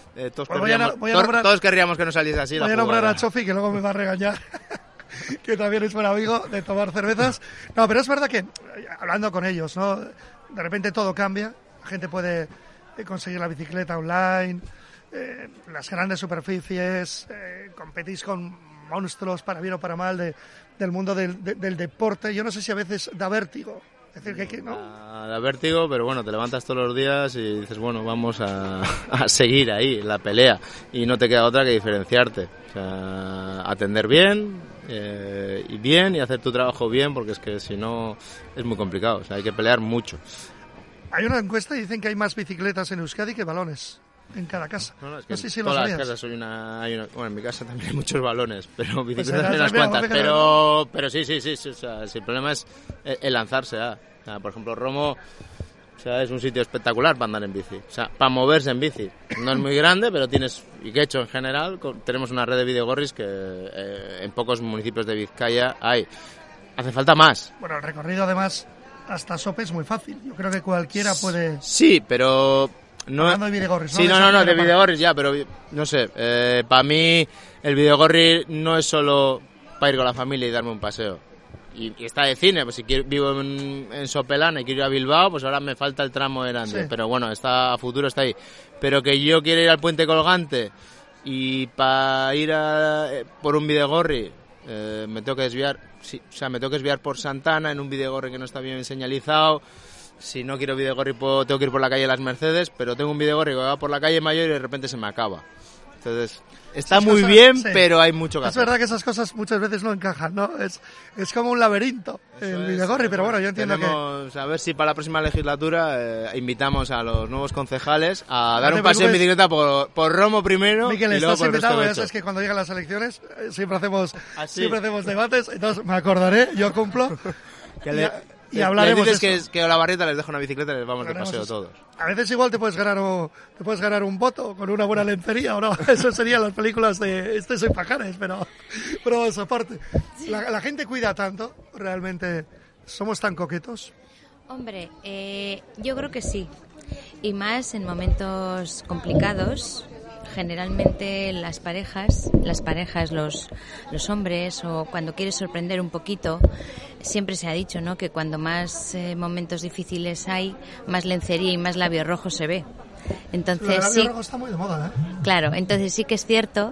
todos querríamos que no saliese así. Voy a nombrar a Chofi, que luego me va a regañar. Que también es buen amigo de tomar cervezas. No, pero es verdad que, hablando con ellos, ¿no? De repente todo cambia. La gente puede conseguir la bicicleta online, las grandes superficies, competís con monstruos, para bien o para mal, del mundo del deporte. Yo no sé si a veces da vértigo. Es decir, que no. Da vértigo, pero bueno, te levantas todos los días y dices, bueno, vamos a seguir ahí, en la pelea. Y no te queda otra que diferenciarte. O sea, atender bien y hacer tu trabajo bien, porque es que si no es muy complicado. O sea, hay que pelear mucho. Hay una encuesta y dicen que hay más bicicletas en Euskadi que balones en cada casa. No sé si lo sabías. Las casas bueno, en mi casa también hay muchos balones, pero bicicletas hay unas cuantas. Pero sí. O sea, si el problema es el lanzarse. O sea, por ejemplo, Romo, o sea, es un sitio espectacular para andar en bici. O sea, para moverse en bici. No es muy grande, pero y que hecho en general, tenemos una red de videogorris que en pocos municipios de Vizcaya hay. Hace falta más. Bueno, el recorrido además hasta Sope es muy fácil. Yo creo que cualquiera puede... Sí, pero... Hablando de videogorris, ¿no? Sí, no, de videogorris ya, pero no sé. Para mí el videogorri no es solo para ir con la familia y darme un paseo. Y está de cine, pues si vivo en Sopelana y quiero ir a Bilbao, pues ahora me falta el tramo grande. Sí. Pero bueno, a futuro está ahí. Pero que yo quiero ir al Puente Colgante y para ir por un videogorri me tengo que desviar. Sí, o sea, me tengo que desviar por Santana en un videogorri que no está bien señalizado. Si no quiero videogorri tengo que ir por la calle Las Mercedes, pero tengo un videogorri que va por la calle Mayor y de repente se me acaba. Entonces, está muy bien, pero hay mucho que hacer. Es verdad que esas cosas muchas veces no encajan, ¿no? Es como un laberinto el videogorri, pero bueno, yo entiendo que... A ver si para la próxima legislatura invitamos a los nuevos concejales a dar un paseo en bicicleta por Romo primero. Miquel, y luego estás por el invitado, resto ya sabes que cuando llegan las elecciones siempre hacemos debates, entonces me acordaré, yo cumplo. Y hablaremos les dices que Olavarrieta les deja una bicicleta y les vamos de paseo todos. A veces igual te puedes ganar un voto con una buena lencería, ¿o no? Eso serían las películas de soy Pajares, pero eso aparte. La gente cuida tanto, realmente, ¿somos tan coquetos? Hombre, yo creo que sí. Y más en momentos complicados. Generalmente las parejas, los hombres, o cuando quieres sorprender un poquito, siempre se ha dicho, ¿no?, que cuando más momentos difíciles hay, más lencería y más labio rojo se ve. Entonces el labio rojo está muy de moda, ¿eh? Claro, entonces sí que es cierto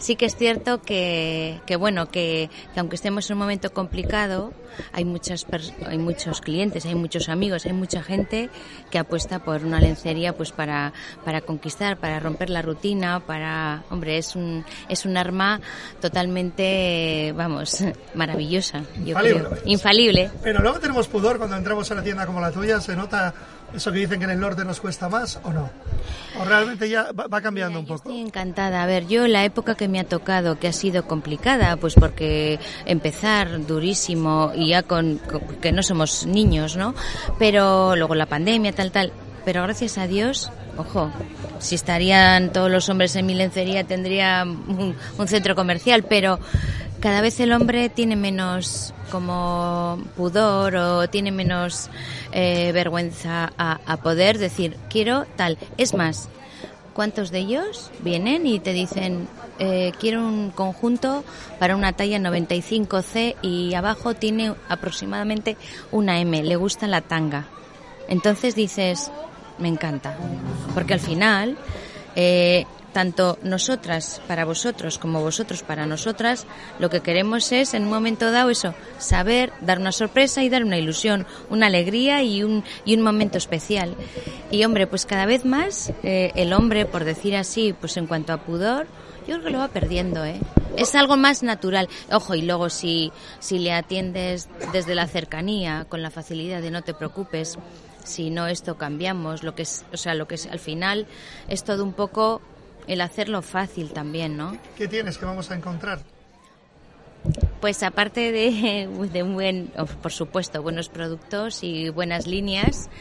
que bueno, que aunque estemos en un momento complicado, hay muchos clientes, hay muchos amigos, hay mucha gente que apuesta por una lencería pues para conquistar, para romper la rutina, hombre, es un arma totalmente, vamos, maravillosa, yo creo, infalible. Pero luego tenemos pudor cuando entramos a una tienda como la tuya, ¿se nota eso que dicen que en el norte nos cuesta más o no? ¿O realmente ya va cambiando un poco? Estoy encantada. A ver, yo la época que me ha tocado, que ha sido complicada, pues porque empezar durísimo y ya con que no somos niños, ¿no? Pero luego la pandemia, tal. Pero gracias a Dios, ojo, si estarían todos los hombres en mi lencería tendría un centro comercial, pero cada vez el hombre tiene menos como pudor o tiene menos vergüenza a poder decir quiero tal. Es más, ¿cuántos de ellos vienen y te dicen quiero un conjunto para una talla 95C y abajo tiene aproximadamente una M, le gusta la tanga? Entonces dices, me encanta, porque al final tanto nosotras para vosotros como vosotros para nosotras, lo que queremos es, en un momento dado, eso, saber, dar una sorpresa y dar una ilusión, una alegría y un momento especial. Y, hombre, pues cada vez más el hombre, por decir así, pues en cuanto a pudor, yo creo que lo va perdiendo, ¿eh? Es algo más natural. Ojo, y luego si le atiendes desde la cercanía, con la facilidad de no te preocupes, si no esto cambiamos, lo que es al final es todo un poco el hacerlo fácil también, ¿no? ¿Qué tienes que vamos a encontrar? Pues aparte de por supuesto, buenos productos y buenas líneas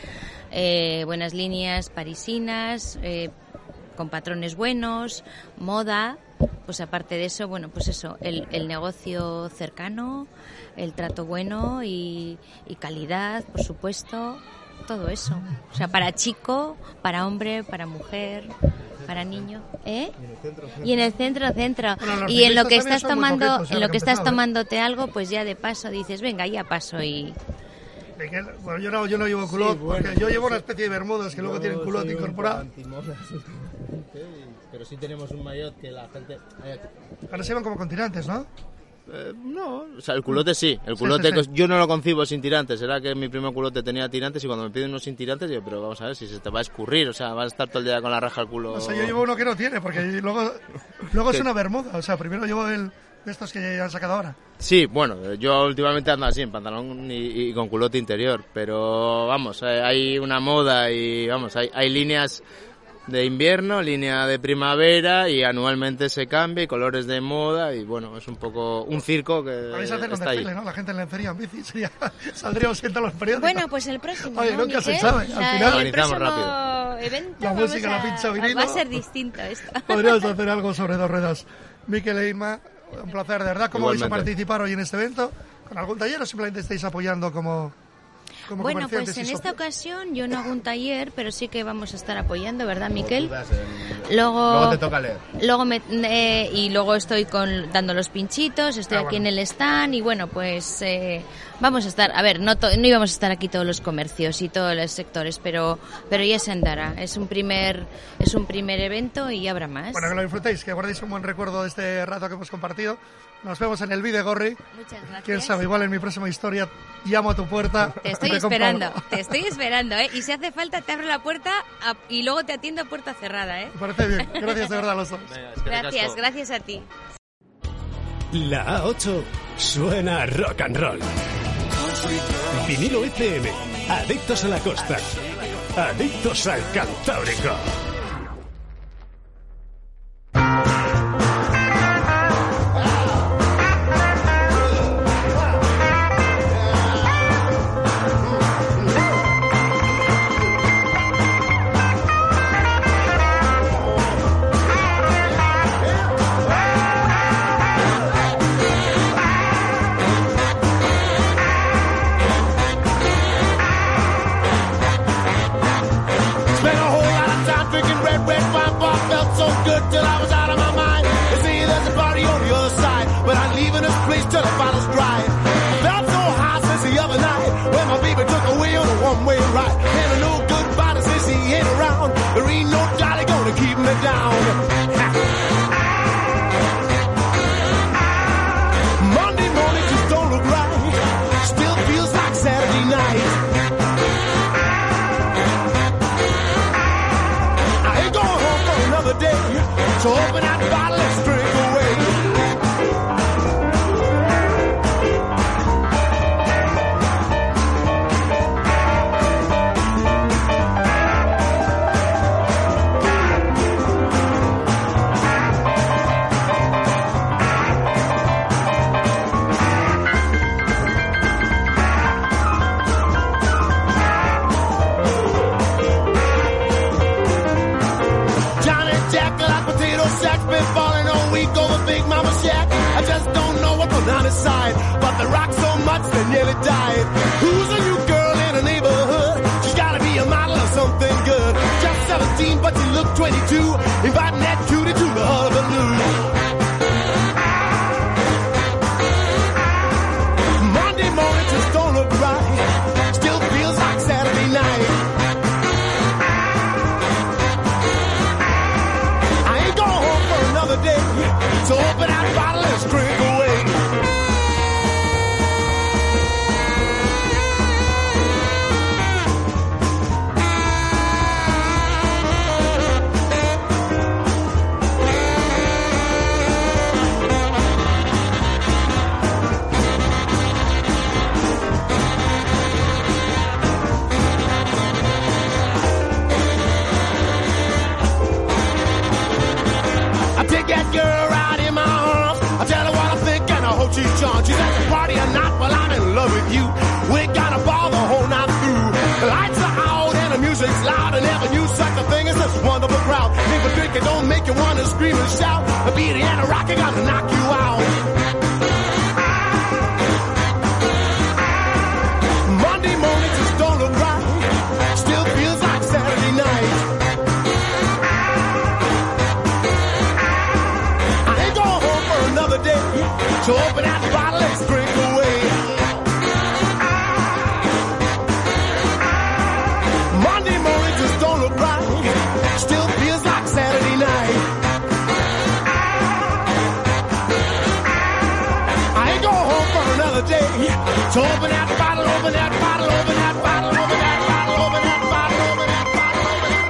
parisinas, con patrones buenos, moda, pues aparte de eso, bueno, pues eso, el negocio cercano, el trato bueno y calidad, por supuesto, todo eso. O sea, para chico, para hombre, para mujer, para niño, ¿eh? Y en el centro. Bueno, y en lo que estás tomando, tomándote algo, pues ya de paso dices, venga, ya paso y... Bueno, yo no llevo culot, sí, bueno, porque yo llevo una especie de bermudas que luego tienen culot incorporado. Pero sí tenemos un maillot que la gente... Ahora se van como con tirantes, ¿no? No, o sea, el culote sí. El culote sí. Yo no lo concibo sin tirantes. Era que mi primer culote tenía tirantes y cuando me piden unos sin tirantes, digo, pero vamos a ver si se te va a escurrir. O sea, vas a estar todo el día con la raja al culo. O sea, yo llevo uno que no tiene, porque luego es una bermuda. O sea, primero llevo de estos que han sacado ahora. Sí, bueno, yo últimamente ando así, en pantalón y con culote interior. Pero vamos, hay una moda y vamos, hay líneas de invierno, línea de primavera y anualmente se cambia y colores de moda y bueno, es un poco un circo que vais a hacer un desfile, ¿no? La gente en la feria en bici saldríamos en todos los periódicos. Bueno, pues el próximo, oye, ¿no, nunca Miquel? se sabe, al final organizamos rápido. Evento, la música, la pincha vinilo. Va a ser distinto esto. Podríamos hacer algo sobre dos ruedas. Miquel e Inma, un placer, de verdad. ¿Cómo vais a participar hoy en este evento? ¿Con algún taller o simplemente estáis apoyando como bueno, pues en esta ocasión yo no hago un taller, pero sí que vamos a estar apoyando, ¿verdad, Miquel? Luego te toca leer. Y luego estoy dando los pinchitos, estoy aquí en el stand y bueno, pues vamos a estar, a ver, no íbamos a estar aquí todos los comercios y todos los sectores, pero ya se andará. Es un primer evento y habrá más. Bueno, que lo disfrutéis, que guardéis un buen recuerdo de este rato que hemos compartido. Nos vemos en el Videgorri. Muchas gracias. Quién sabe, igual en mi próxima historia llamo a tu puerta. Te estoy esperando, ¿eh? Y si hace falta te abro la puerta y luego te atiendo a puerta cerrada, ¿eh? Me parece bien. Gracias de verdad a los dos. Gracias a ti. La A8 suena rock and roll. Vinilo FM, adictos a la costa, adictos al Cantábrico. Till I was out of my mind. They say there's a party on the other side, but I'm leaving this place till the bottle's dry. I felt so high since the other night when my baby took away on a one-way ride. And I know goodbye since he ain't around. There ain't no dolly gonna keep me down. Monday morning just don't look right. Still feels like Saturday night. I ain't going home for another day. So open that bottle, let's drink away. I just don't know what's on the side, but they rock so much they nearly died. Who's a new girl in the neighborhood? She's gotta be a model of something good. Just 17, but she look 22. Inviting that cutie to the hullabaloo. Monday morning just don't look right. Still feels like Saturday night. I ain't gonna So open that bottle and drink away. That girl right in my arms, I tell her what I think and I hope she's charmed. She's at the party or not, well I'm in love with you. We got a ball the whole night through. The lights are out and the music's loud. I never knew such a thing as this wonderful crowd. If a drink it don't make you wanna scream and shout, the beat and the rock are gonna knock you out. Monday morning just don't look right. Still feels like Saturday night. Another day, so open that bottle and drink away. Monday morning just don't look right. Still feels like Saturday night. I ain't going home for another day. So open that bottle, open that bottle, open that bottle, open that bottle, open that bottle, open that bottle, open that bottle.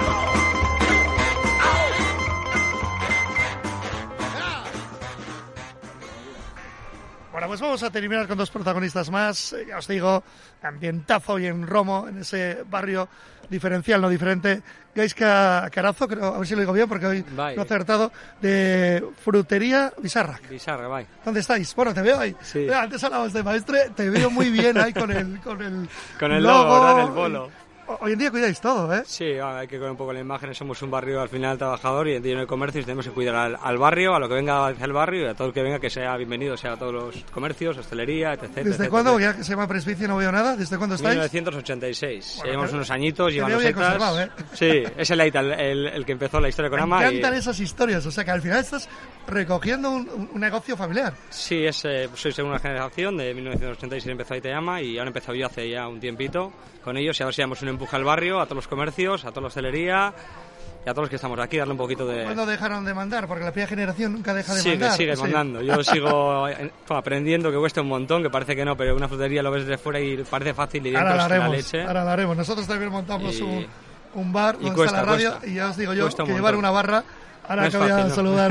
Bueno, pues vamos a terminar con dos protagonistas más. Ya os digo, ambientazo hoy en Romo, en ese barrio diferencial, no diferente. Gaizka Carazo, creo, a ver si lo digo bien porque hoy no he acertado, de Frutería Bizarrac. Bizarrac, vai. ¿Dónde estáis? Bueno, te veo ahí. Sí. Antes hablabas de maestre, te veo muy bien ahí con el con el logo, ¿no? El bolo. Hoy en día cuidáis todo, ¿eh? Sí, hay que cuidar un poco la imagen. Somos un barrio al final trabajador y lleno de comercios. Tenemos que cuidar al barrio, a lo que venga hacia el barrio y a todo el que venga que sea bienvenido, sea a todos los comercios, hostelería, etc. ¿Desde cuándo? Ya que se llama Presbicio no veo nada. ¿Desde cuándo estáis? 1986. Bueno, llevamos unos añitos, llevamos bien conservado, ¿eh? Sí, es el Aita el que empezó la historia con Ama. Me encantan esas historias, o sea que al final estás recogiendo un negocio familiar. Sí, soy segunda generación, de 1986 empezó Aita y Ama y ahora he empezado yo hace ya un tiempito con ellos y ahora sí damos un empuje al barrio, a todos los comercios, a toda la hostelería y a todos los que estamos aquí, darle un poquito de... ¿Cuándo dejaron de mandar? Porque la primera generación nunca deja de mandar. Sigue mandando. Yo sigo aprendiendo, que cuesta un montón, que parece que no, pero una frutería lo ves desde fuera y parece fácil y dentro es la leche. Ahora lo haremos. Nosotros también montamos un bar donde cuesta, está la radio y ya os digo yo que llevar una barra. Ahora que voy a saludar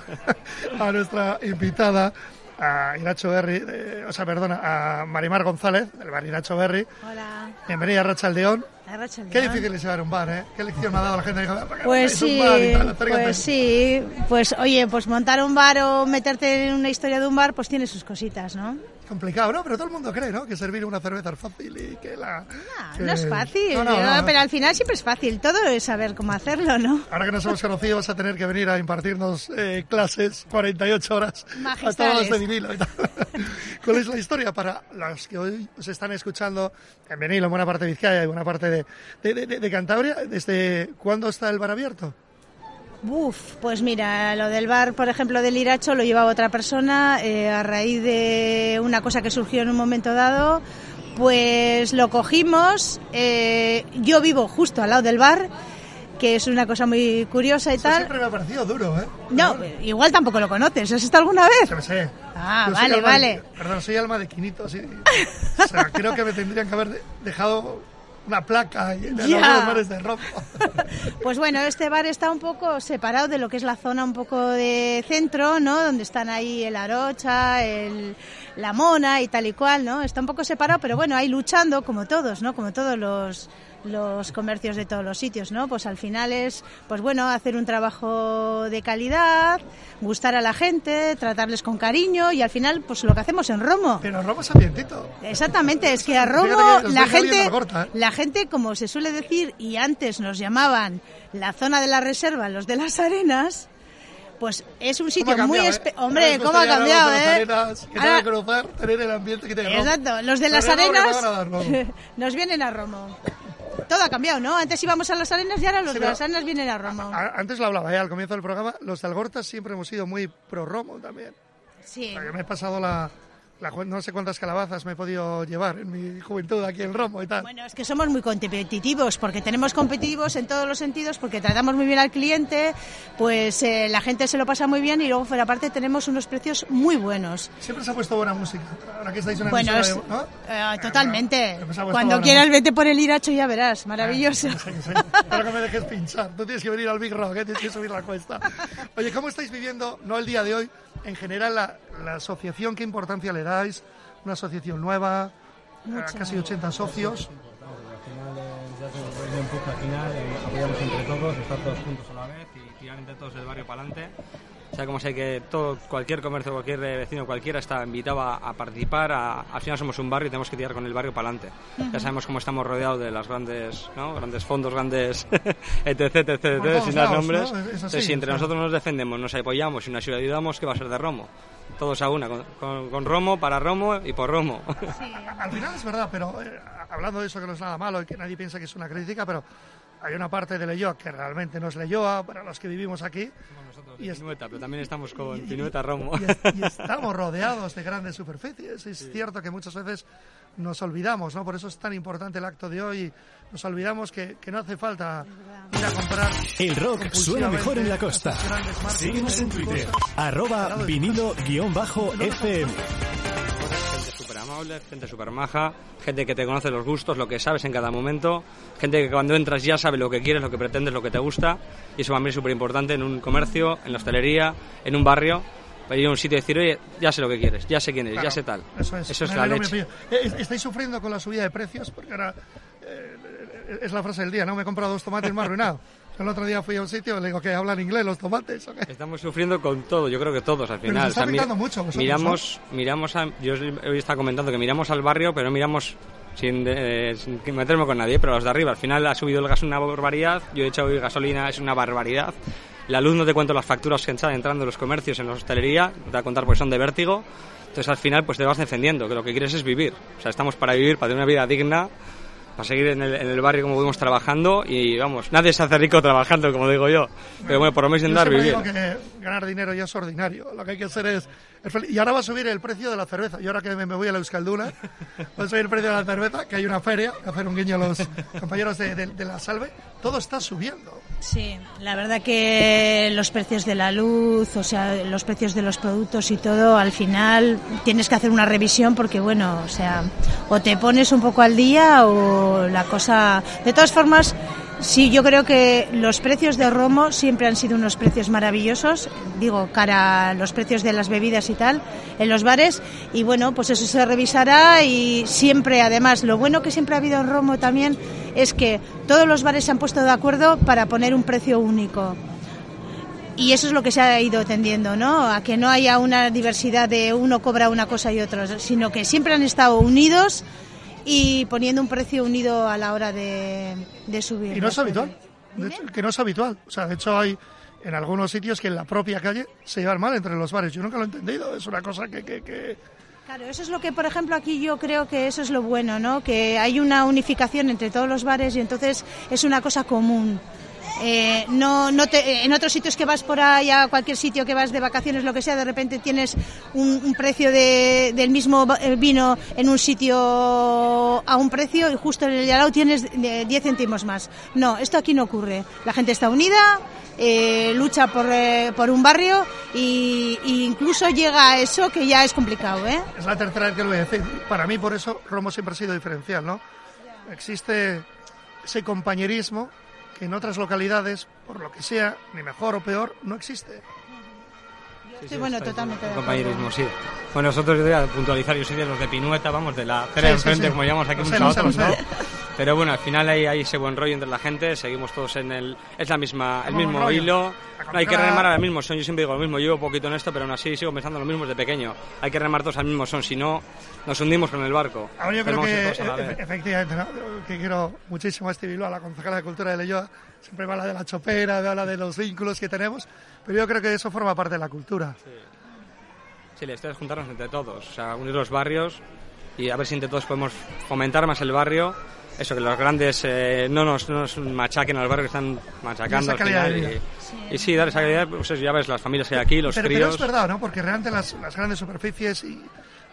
a nuestra invitada, a Iracho Berri, a Marimar González, del bar Iracho Berri. Hola. Bienvenida a Arratsaldeón. Qué difícil es llevar un bar, ¿eh? Qué lección me ha dado la gente. Pues sí, pues oye, pues montar un bar o meterte en una historia de un bar, pues tiene sus cositas, ¿no? Complicado, ¿no? Pero todo el mundo cree, ¿no? Que servir una cerveza es fácil y que la... No es fácil, pero al final siempre es fácil. Todo es saber cómo hacerlo, ¿no? Ahora que nos hemos conocido vas a tener que venir a impartirnos clases 48 horas hasta horas de vinilo y tal. ¿Cuál es la historia para los que hoy os están escuchando en vinilo, en buena parte de Vizcaya y buena parte de Cantabria? ¿Desde cuándo está el bar abierto? Pues mira, lo del bar, por ejemplo, del Iracho lo llevaba otra persona a raíz de una cosa que surgió en un momento dado, pues lo cogimos, yo vivo justo al lado del bar, que es una cosa muy curiosa y Eso tal. Siempre me ha parecido duro, ¿eh? No, igual tampoco lo conoces, ¿has estado alguna vez? Yo me sé. Ah, vale. Perdón, soy alma de Quinito, sí. O sea, creo que me tendrían que haber dejado una placa en algunos bares de ropa. Pues bueno, este bar está un poco separado de lo que es la zona un poco de centro, ¿no? Donde están ahí el Arocha, la Mona y tal y cual, ¿no? Está un poco separado, pero bueno, ahí luchando como todos, ¿no? Como todos los comercios de todos los sitios, ¿no? Pues al final es, pues bueno, hacer un trabajo de calidad, gustar a la gente, tratarles con cariño y al final, pues lo que hacemos en Romo. Pero Romo es ambientito. Exactamente, es que a Romo la gente, como se suele decir, y antes nos llamaban la zona de la reserva, los de las arenas, pues es un sitio muy... Hombre, ¿cómo ha cambiado, Arenas, que ahora, te cruzar, tener el ambiente que te Romo. Exacto, los de las arenas nos vienen a Romo. Todo ha cambiado, ¿no? Antes íbamos a las arenas y ahora los de las arenas vienen a Romo. Antes lo hablaba al comienzo del programa, los de Algorta siempre hemos sido muy pro Romo también. Sí. O sea, yo me he pasado la no sé cuántas calabazas me he podido llevar en mi juventud aquí en Romo y tal. Bueno, es que somos muy competitivos, porque tenemos competitivos en todos los sentidos, porque tratamos muy bien al cliente, pues la gente se lo pasa muy bien y luego fuera parte tenemos unos precios muy buenos. Siempre se ha puesto buena música. Ahora que estáis en una bueno, emisora ¿no? Totalmente. Cuando quieras vete por el Iracho y ya verás, maravilloso. Espero que me dejes pinchar. Tú tienes que venir al Big Rock, tienes que subir la cuesta. Oye, ¿cómo estáis viviendo, no el día de hoy, en general la asociación? ¿Qué importancia le dais? Una asociación nueva, casi 80 socios. Al final apoyamos entre todos, estar todos juntos a la vez y tirar entre todos el barrio para adelante. O sea, como sé que cualquier comercio, cualquier vecino, cualquiera está invitado a participar. Al final somos un barrio y tenemos que tirar con el barrio para adelante. Ya sabemos cómo estamos rodeados de las grandes fondos, grandes etc, sin dar nombres. ¿No? Entonces, si entre nosotros nos defendemos, nos apoyamos y nos ayudamos, ¿qué va a ser de Romo? Todos a una, con Romo, para Romo y por Romo. Sí. Al final es verdad, pero hablando de eso que no es nada malo y que nadie piensa que es una crítica, pero hay una parte de Leioa que realmente no es Leioa, para los que vivimos aquí. Somos nosotros de Pinueta, pero también estamos con Pinueta Romo. Y estamos rodeados de grandes superficies. Es cierto que muchas veces nos olvidamos, ¿no? Por eso es tan importante el acto de hoy. Nos olvidamos que no hace falta ir a comprar. El rock suena mejor en la costa. Síguenos en Twitter, @vinilo_FM. Gente súper amable, gente súper maja, gente que te conoce los gustos, lo que sabes en cada momento, gente que cuando entras ya sabe lo que quieres, lo que pretendes, lo que te gusta, y eso para mí es súper importante en un comercio, en la hostelería, en un barrio. Ir a un sitio y decir, oye, ya sé lo que quieres, ya sé quién eres, ya sé tal. Eso es la leche. ¿Estáis sufriendo con la subida de precios? Porque ahora es la frase del día, ¿no? Me he comprado 2 tomates y me he arruinado. El otro día fui a un sitio y le digo que hablan inglés los tomates. ¿O qué? Estamos sufriendo con todo, yo creo que todos al final. Pero se está afectando mucho vosotros, miramos yo hoy estaba comentando que miramos al barrio, pero no miramos sin meterme con nadie, pero los de arriba. Al final ha subido el gas una barbaridad, yo he echado hoy gasolina, es una barbaridad. La luz, no te cuento las facturas que están entrando en los comercios, en la hostelería, te voy a contar porque son de vértigo. Entonces al final pues te vas defendiendo, que lo que quieres es vivir. O sea, estamos para vivir, para tener una vida digna, para seguir en el barrio como vivimos trabajando y vamos, nadie se hace rico trabajando, como digo yo. Pero bueno, por lo menos intentar vivir. Yo digo que ganar dinero ya es ordinario, lo que hay que hacer es... Y ahora va a subir el precio de la cerveza. Yo ahora que me voy a la Euskalduna, va a subir el precio de la cerveza, que hay una feria, a hacer un guiño a los compañeros de la Salve. Todo está subiendo. Sí, la verdad que los precios de la luz, o sea, los precios de los productos y todo, al final tienes que hacer una revisión porque, bueno, o sea, o te pones un poco al día o la cosa... De todas formas, sí, yo creo que los precios de Romo siempre han sido unos precios maravillosos, digo, cara a los precios de las bebidas y tal, en los bares, y bueno, pues eso se revisará y siempre, además, lo bueno que siempre ha habido en Romo también es que todos los bares se han puesto de acuerdo para poner un precio único. Y eso es lo que se ha ido tendiendo, ¿no? A que no haya una diversidad de uno cobra una cosa y otro, sino que siempre han estado unidos y poniendo un precio unido a la hora de subir. Y no es habitual, que no es habitual. O sea, de hecho hay en algunos sitios que en la propia calle se llevan mal entre los bares. Yo nunca lo he entendido, es una cosa que... Claro, eso es lo que, por ejemplo, aquí yo creo que eso es lo bueno, ¿no? Que hay una unificación entre todos los bares y entonces es una cosa común. En otros sitios que vas por ahí, a cualquier sitio que vas de vacaciones, lo que sea, de repente tienes un precio del mismo vino en un sitio a un precio y justo en el de al lado tienes 10 céntimos más. No, esto aquí no ocurre. La gente está unida, lucha por un barrio y incluso llega a eso que ya es complicado, ¿eh? Es la tercera vez que lo voy a decir. Para mí, por eso, Romo siempre ha sido diferencial, ¿no? Existe ese compañerismo que en otras localidades, por lo que sea, ni mejor o peor, no existe. Sí, bueno, totalmente de acuerdo. Compañerismo, sí. Bueno, nosotros, yo voy a puntualizar, yo soy de los de Pinueta, vamos, de la acera de enfrente, como llamamos aquí unos a otros, ¿no? Pero bueno, al final hay ese buen rollo entre la gente, seguimos todos en el mismo hilo. No hay que remar al mismo son, yo siempre digo lo mismo, llevo poquito en esto, pero aún así sigo pensando lo mismo desde pequeño. Hay que remar todos al mismo son, si no, nos hundimos con el barco. Ahora yo creo que, efectivamente, ¿no? Que quiero muchísimo a Bilbao, a la concejala de Cultura de Leioa, siempre me habla de la chopera, me habla de los vínculos que tenemos, pero yo creo que eso forma parte de la cultura. Sí, la historia es juntarnos entre todos, o sea, unir los barrios y a ver si entre todos podemos fomentar más el barrio. Eso, que los grandes no nos machaquen a los barrios que están machacando al final. Y sí, dar esa calidad, pues eso, ya ves, las familias que hay aquí, los críos... Pero es verdad, ¿no? Porque realmente las grandes superficies y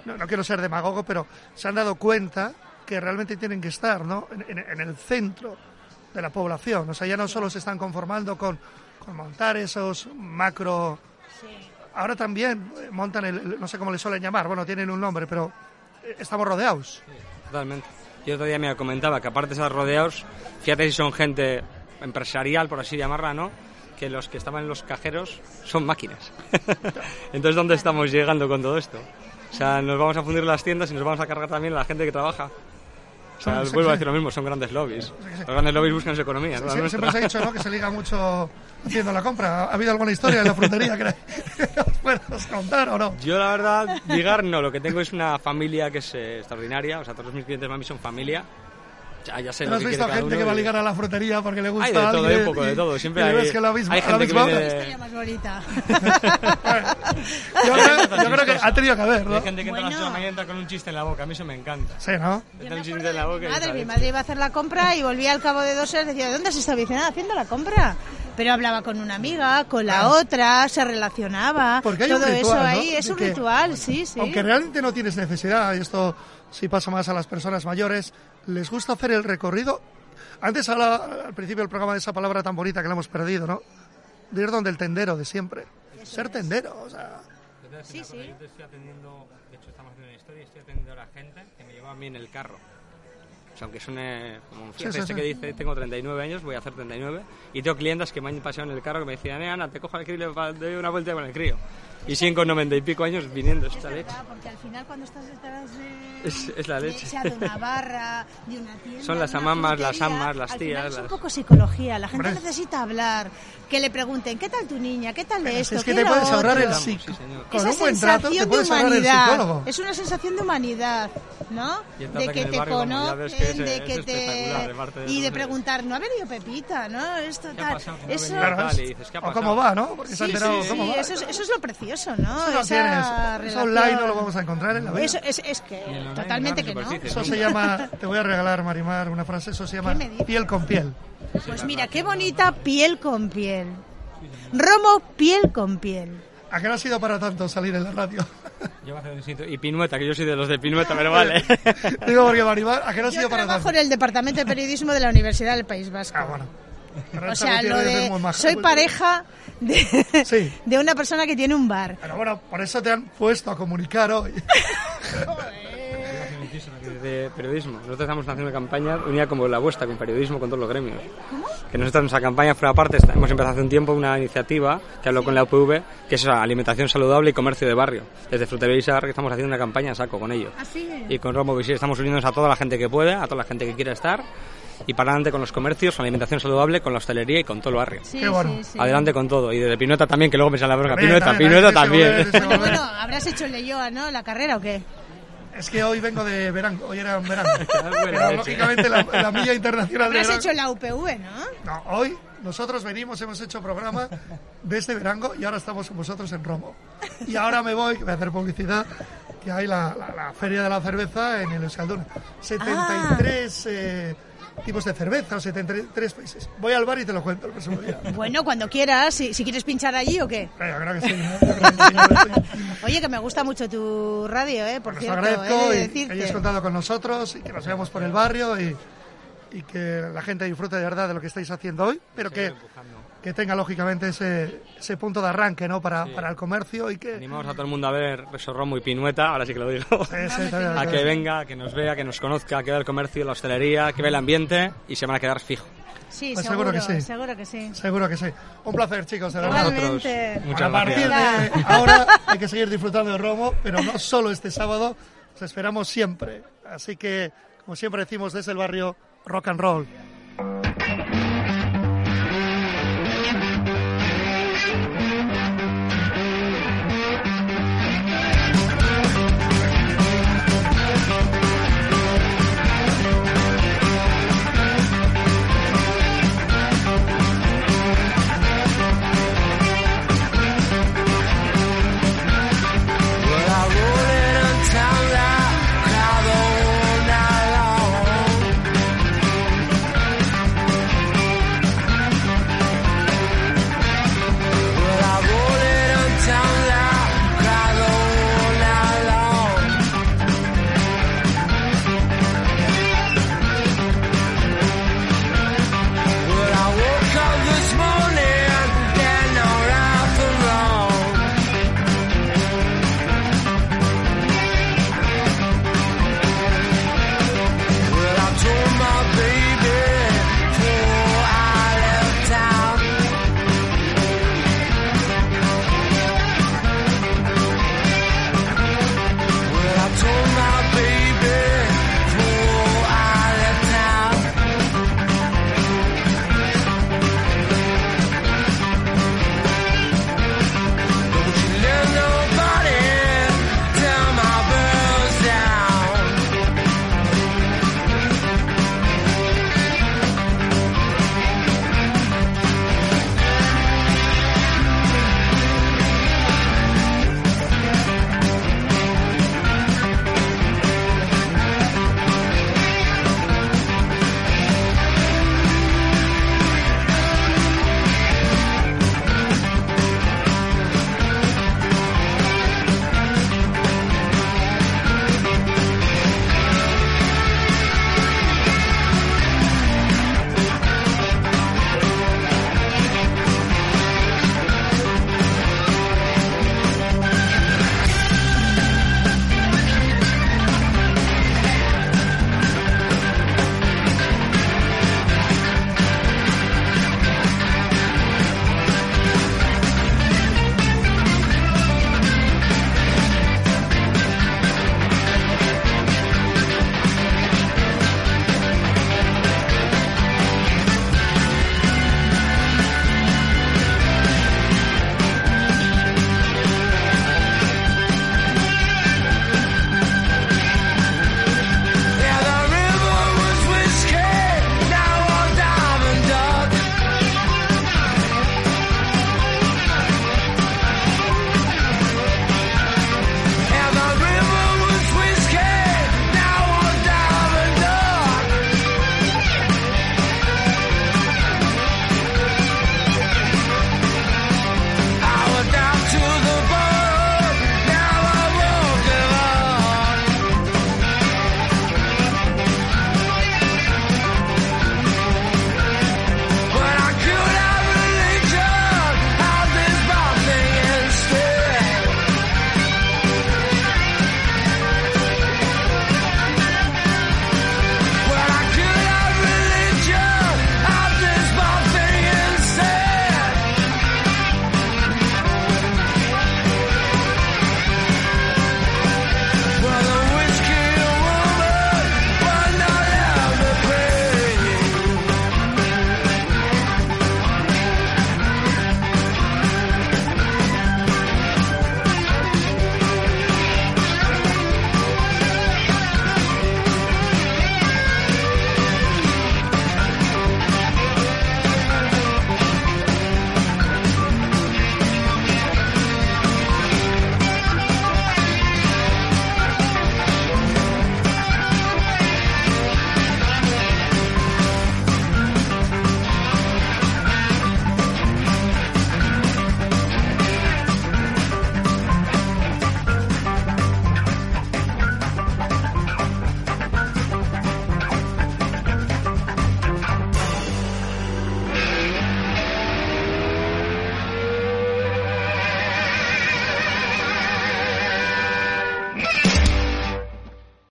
no quiero ser demagogo, pero se han dado cuenta que realmente tienen que estar, ¿no?, en el centro de la población. O sea, ya no solo se están conformando con montar esos macro... Sí. Ahora también montan no sé cómo le suelen llamar, bueno, tienen un nombre, pero estamos rodeados. Sí, totalmente. Yo otro día me comentaba que aparte de estar rodeados, fíjate si son gente empresarial, por así llamarla, ¿no?, que los que estaban en los cajeros son máquinas. Entonces, ¿dónde estamos llegando con todo esto? O sea, nos vamos a fundir las tiendas y nos vamos a cargar también a la gente que trabaja. O sea, vuelvo a decir lo mismo, son grandes lobbies. Los grandes lobbies buscan su economía. Siempre se ha dicho, ¿no?, que se liga mucho haciendo la compra. ¿Ha habido alguna historia en la frutería que os puedas contar o no? Yo, la verdad, ligar no. Lo que tengo es una familia que es extraordinaria. O sea, todos mis clientes para mí son familia. Ya sé. ¿No has visto gente que va a ligar a la frutería porque le gusta? Hay de todo, hay un poco de todo. Siempre hay gente que viene de... historia más bonita. yo creo que ha tenido que haber, ¿no? Hay gente que entra a las 8 de la mañana y entra con un chiste en la boca. A mí eso me encanta. Sí, ¿no? Un chiste en la boca. Mi madre iba a hacer la compra y volvía al cabo de 2 horas y decía, ¿dónde has estado? Dice, nada, haciendo la compra. Pero hablaba con una amiga, con la otra, se relacionaba. Porque hay todo un ritual, eso ahí ¿no? es un ritual, sí. Aunque realmente no tienes necesidad, y esto sí pasa más a las personas mayores, les gusta hacer el recorrido. Antes hablaba al principio del programa de esa palabra tan bonita que la hemos perdido, ¿no? De ir donde el tendero de siempre. Eso ser tendero, o sea... Sí. Yo te estoy atendiendo, de hecho estamos haciendo una historia, estoy atendiendo a la gente que me lleva a mí en el carro. O sea, aunque suene como fíjate, que dice, tengo 39 años, voy a hacer 39, y tengo clientas que me han pasado en el carro que me decían, Ana, te cojo el crío y le doy una vuelta con el crío. Y siguen con 90 y pico años viniendo esta leche. Porque al final cuando estás detrás es la leche. De una barra, de una tienda... Son las amamas, las amas, las tías... Es un poco psicología, la gente necesita hablar, que le pregunten, ¿qué tal tu niña? ¿Qué tal esto? Es que te puedes ahorrar el psicólogo. Con un buen trato te puedes ahorrar el psicólogo. Es una sensación de humanidad, ¿no? De que te conocen, de que te... Y de preguntar, ¿no ha venido Pepita? ¿No? Esto tal... Eso... O cómo va, ¿no? Porque se ha enterado cómo va. Eso es lo precioso, ¿no? Eso online no lo vamos a encontrar en la vida. Eso es que totalmente que no. Eso se llama, te voy a regalar, Marimar, una frase, eso se llama piel con piel. Pues mira, qué bonita piel con piel. Romo, piel con piel. ¿A qué no ha sido para tanto salir en la radio? Yo voy a hacer un sitio. Y Pinueta, que yo soy de los de Pinueta, pero vale. Digo porque Marimar, ¿a qué no ha sido para tanto? Yo trabajo en el Departamento de Periodismo de la Universidad del País Vasco. Bueno. O sea, lo de soy pareja de una persona que tiene un bar. Pero bueno, por eso te han puesto a comunicar hoy. De periodismo. Nosotros estamos haciendo una campaña unida como la vuestra, con periodismo, con todos los gremios. ¿Cómo? Que nosotros nuestra campaña fuera parte, hemos empezado hace un tiempo una iniciativa que hablo con la UPV, que es alimentación saludable y comercio de barrio. Desde Frutería Isar que estamos haciendo una campaña a saco con ellos. Y con Romo Visir estamos uniéndonos a toda la gente que puede, a toda la gente que quiera estar. Y para adelante con los comercios, con la alimentación saludable, con la hostelería y con todo el barrio. Qué bueno. Adelante con todo. Y desde Pinueta también, que luego me sale la broca. Pinueta también. Bueno, habrás hecho el Leyoa, ¿no? ¿La carrera o qué? Es que hoy vengo de Verango, hoy era un verano. Pero lógicamente la milla internacional de Verango... Has hecho la UPV, ¿no? No, hoy nosotros venimos, hemos hecho programa desde Verango y ahora estamos con vosotros en Romo. Y ahora me voy a hacer publicidad, que hay la Feria de la Cerveza en el Euskalduna. 73... tipos de cerveza, o 73 países. Voy al bar y te lo cuento el próximo día. Bueno, cuando quieras, si quieres pinchar allí o qué. Yo creo que sí. ¿No? Oye, que me gusta mucho tu radio, por pues cierto. Os agradezco decirte. que hayáis contado con nosotros y que nos veamos por el barrio y que la gente disfrute de verdad de lo que estáis haciendo hoy, pero que tenga lógicamente ese punto de arranque, ¿no? Para el comercio y que... Animamos a todo el mundo a ver Romo y Pinueta, ahora sí que lo digo. A que venga, que nos vea, que nos conozca, que vea el comercio, la hostelería, que vea el ambiente y se van a quedar fijo. Sí, pues seguro que sí. Seguro que sí. Seguro que sí. Un placer, chicos, de verdad. Igualmente. Muchas gracias. A partir de ahora hay que seguir disfrutando de Romo, pero no solo este sábado, os esperamos siempre. Así que, como siempre decimos desde el barrio, rock and roll.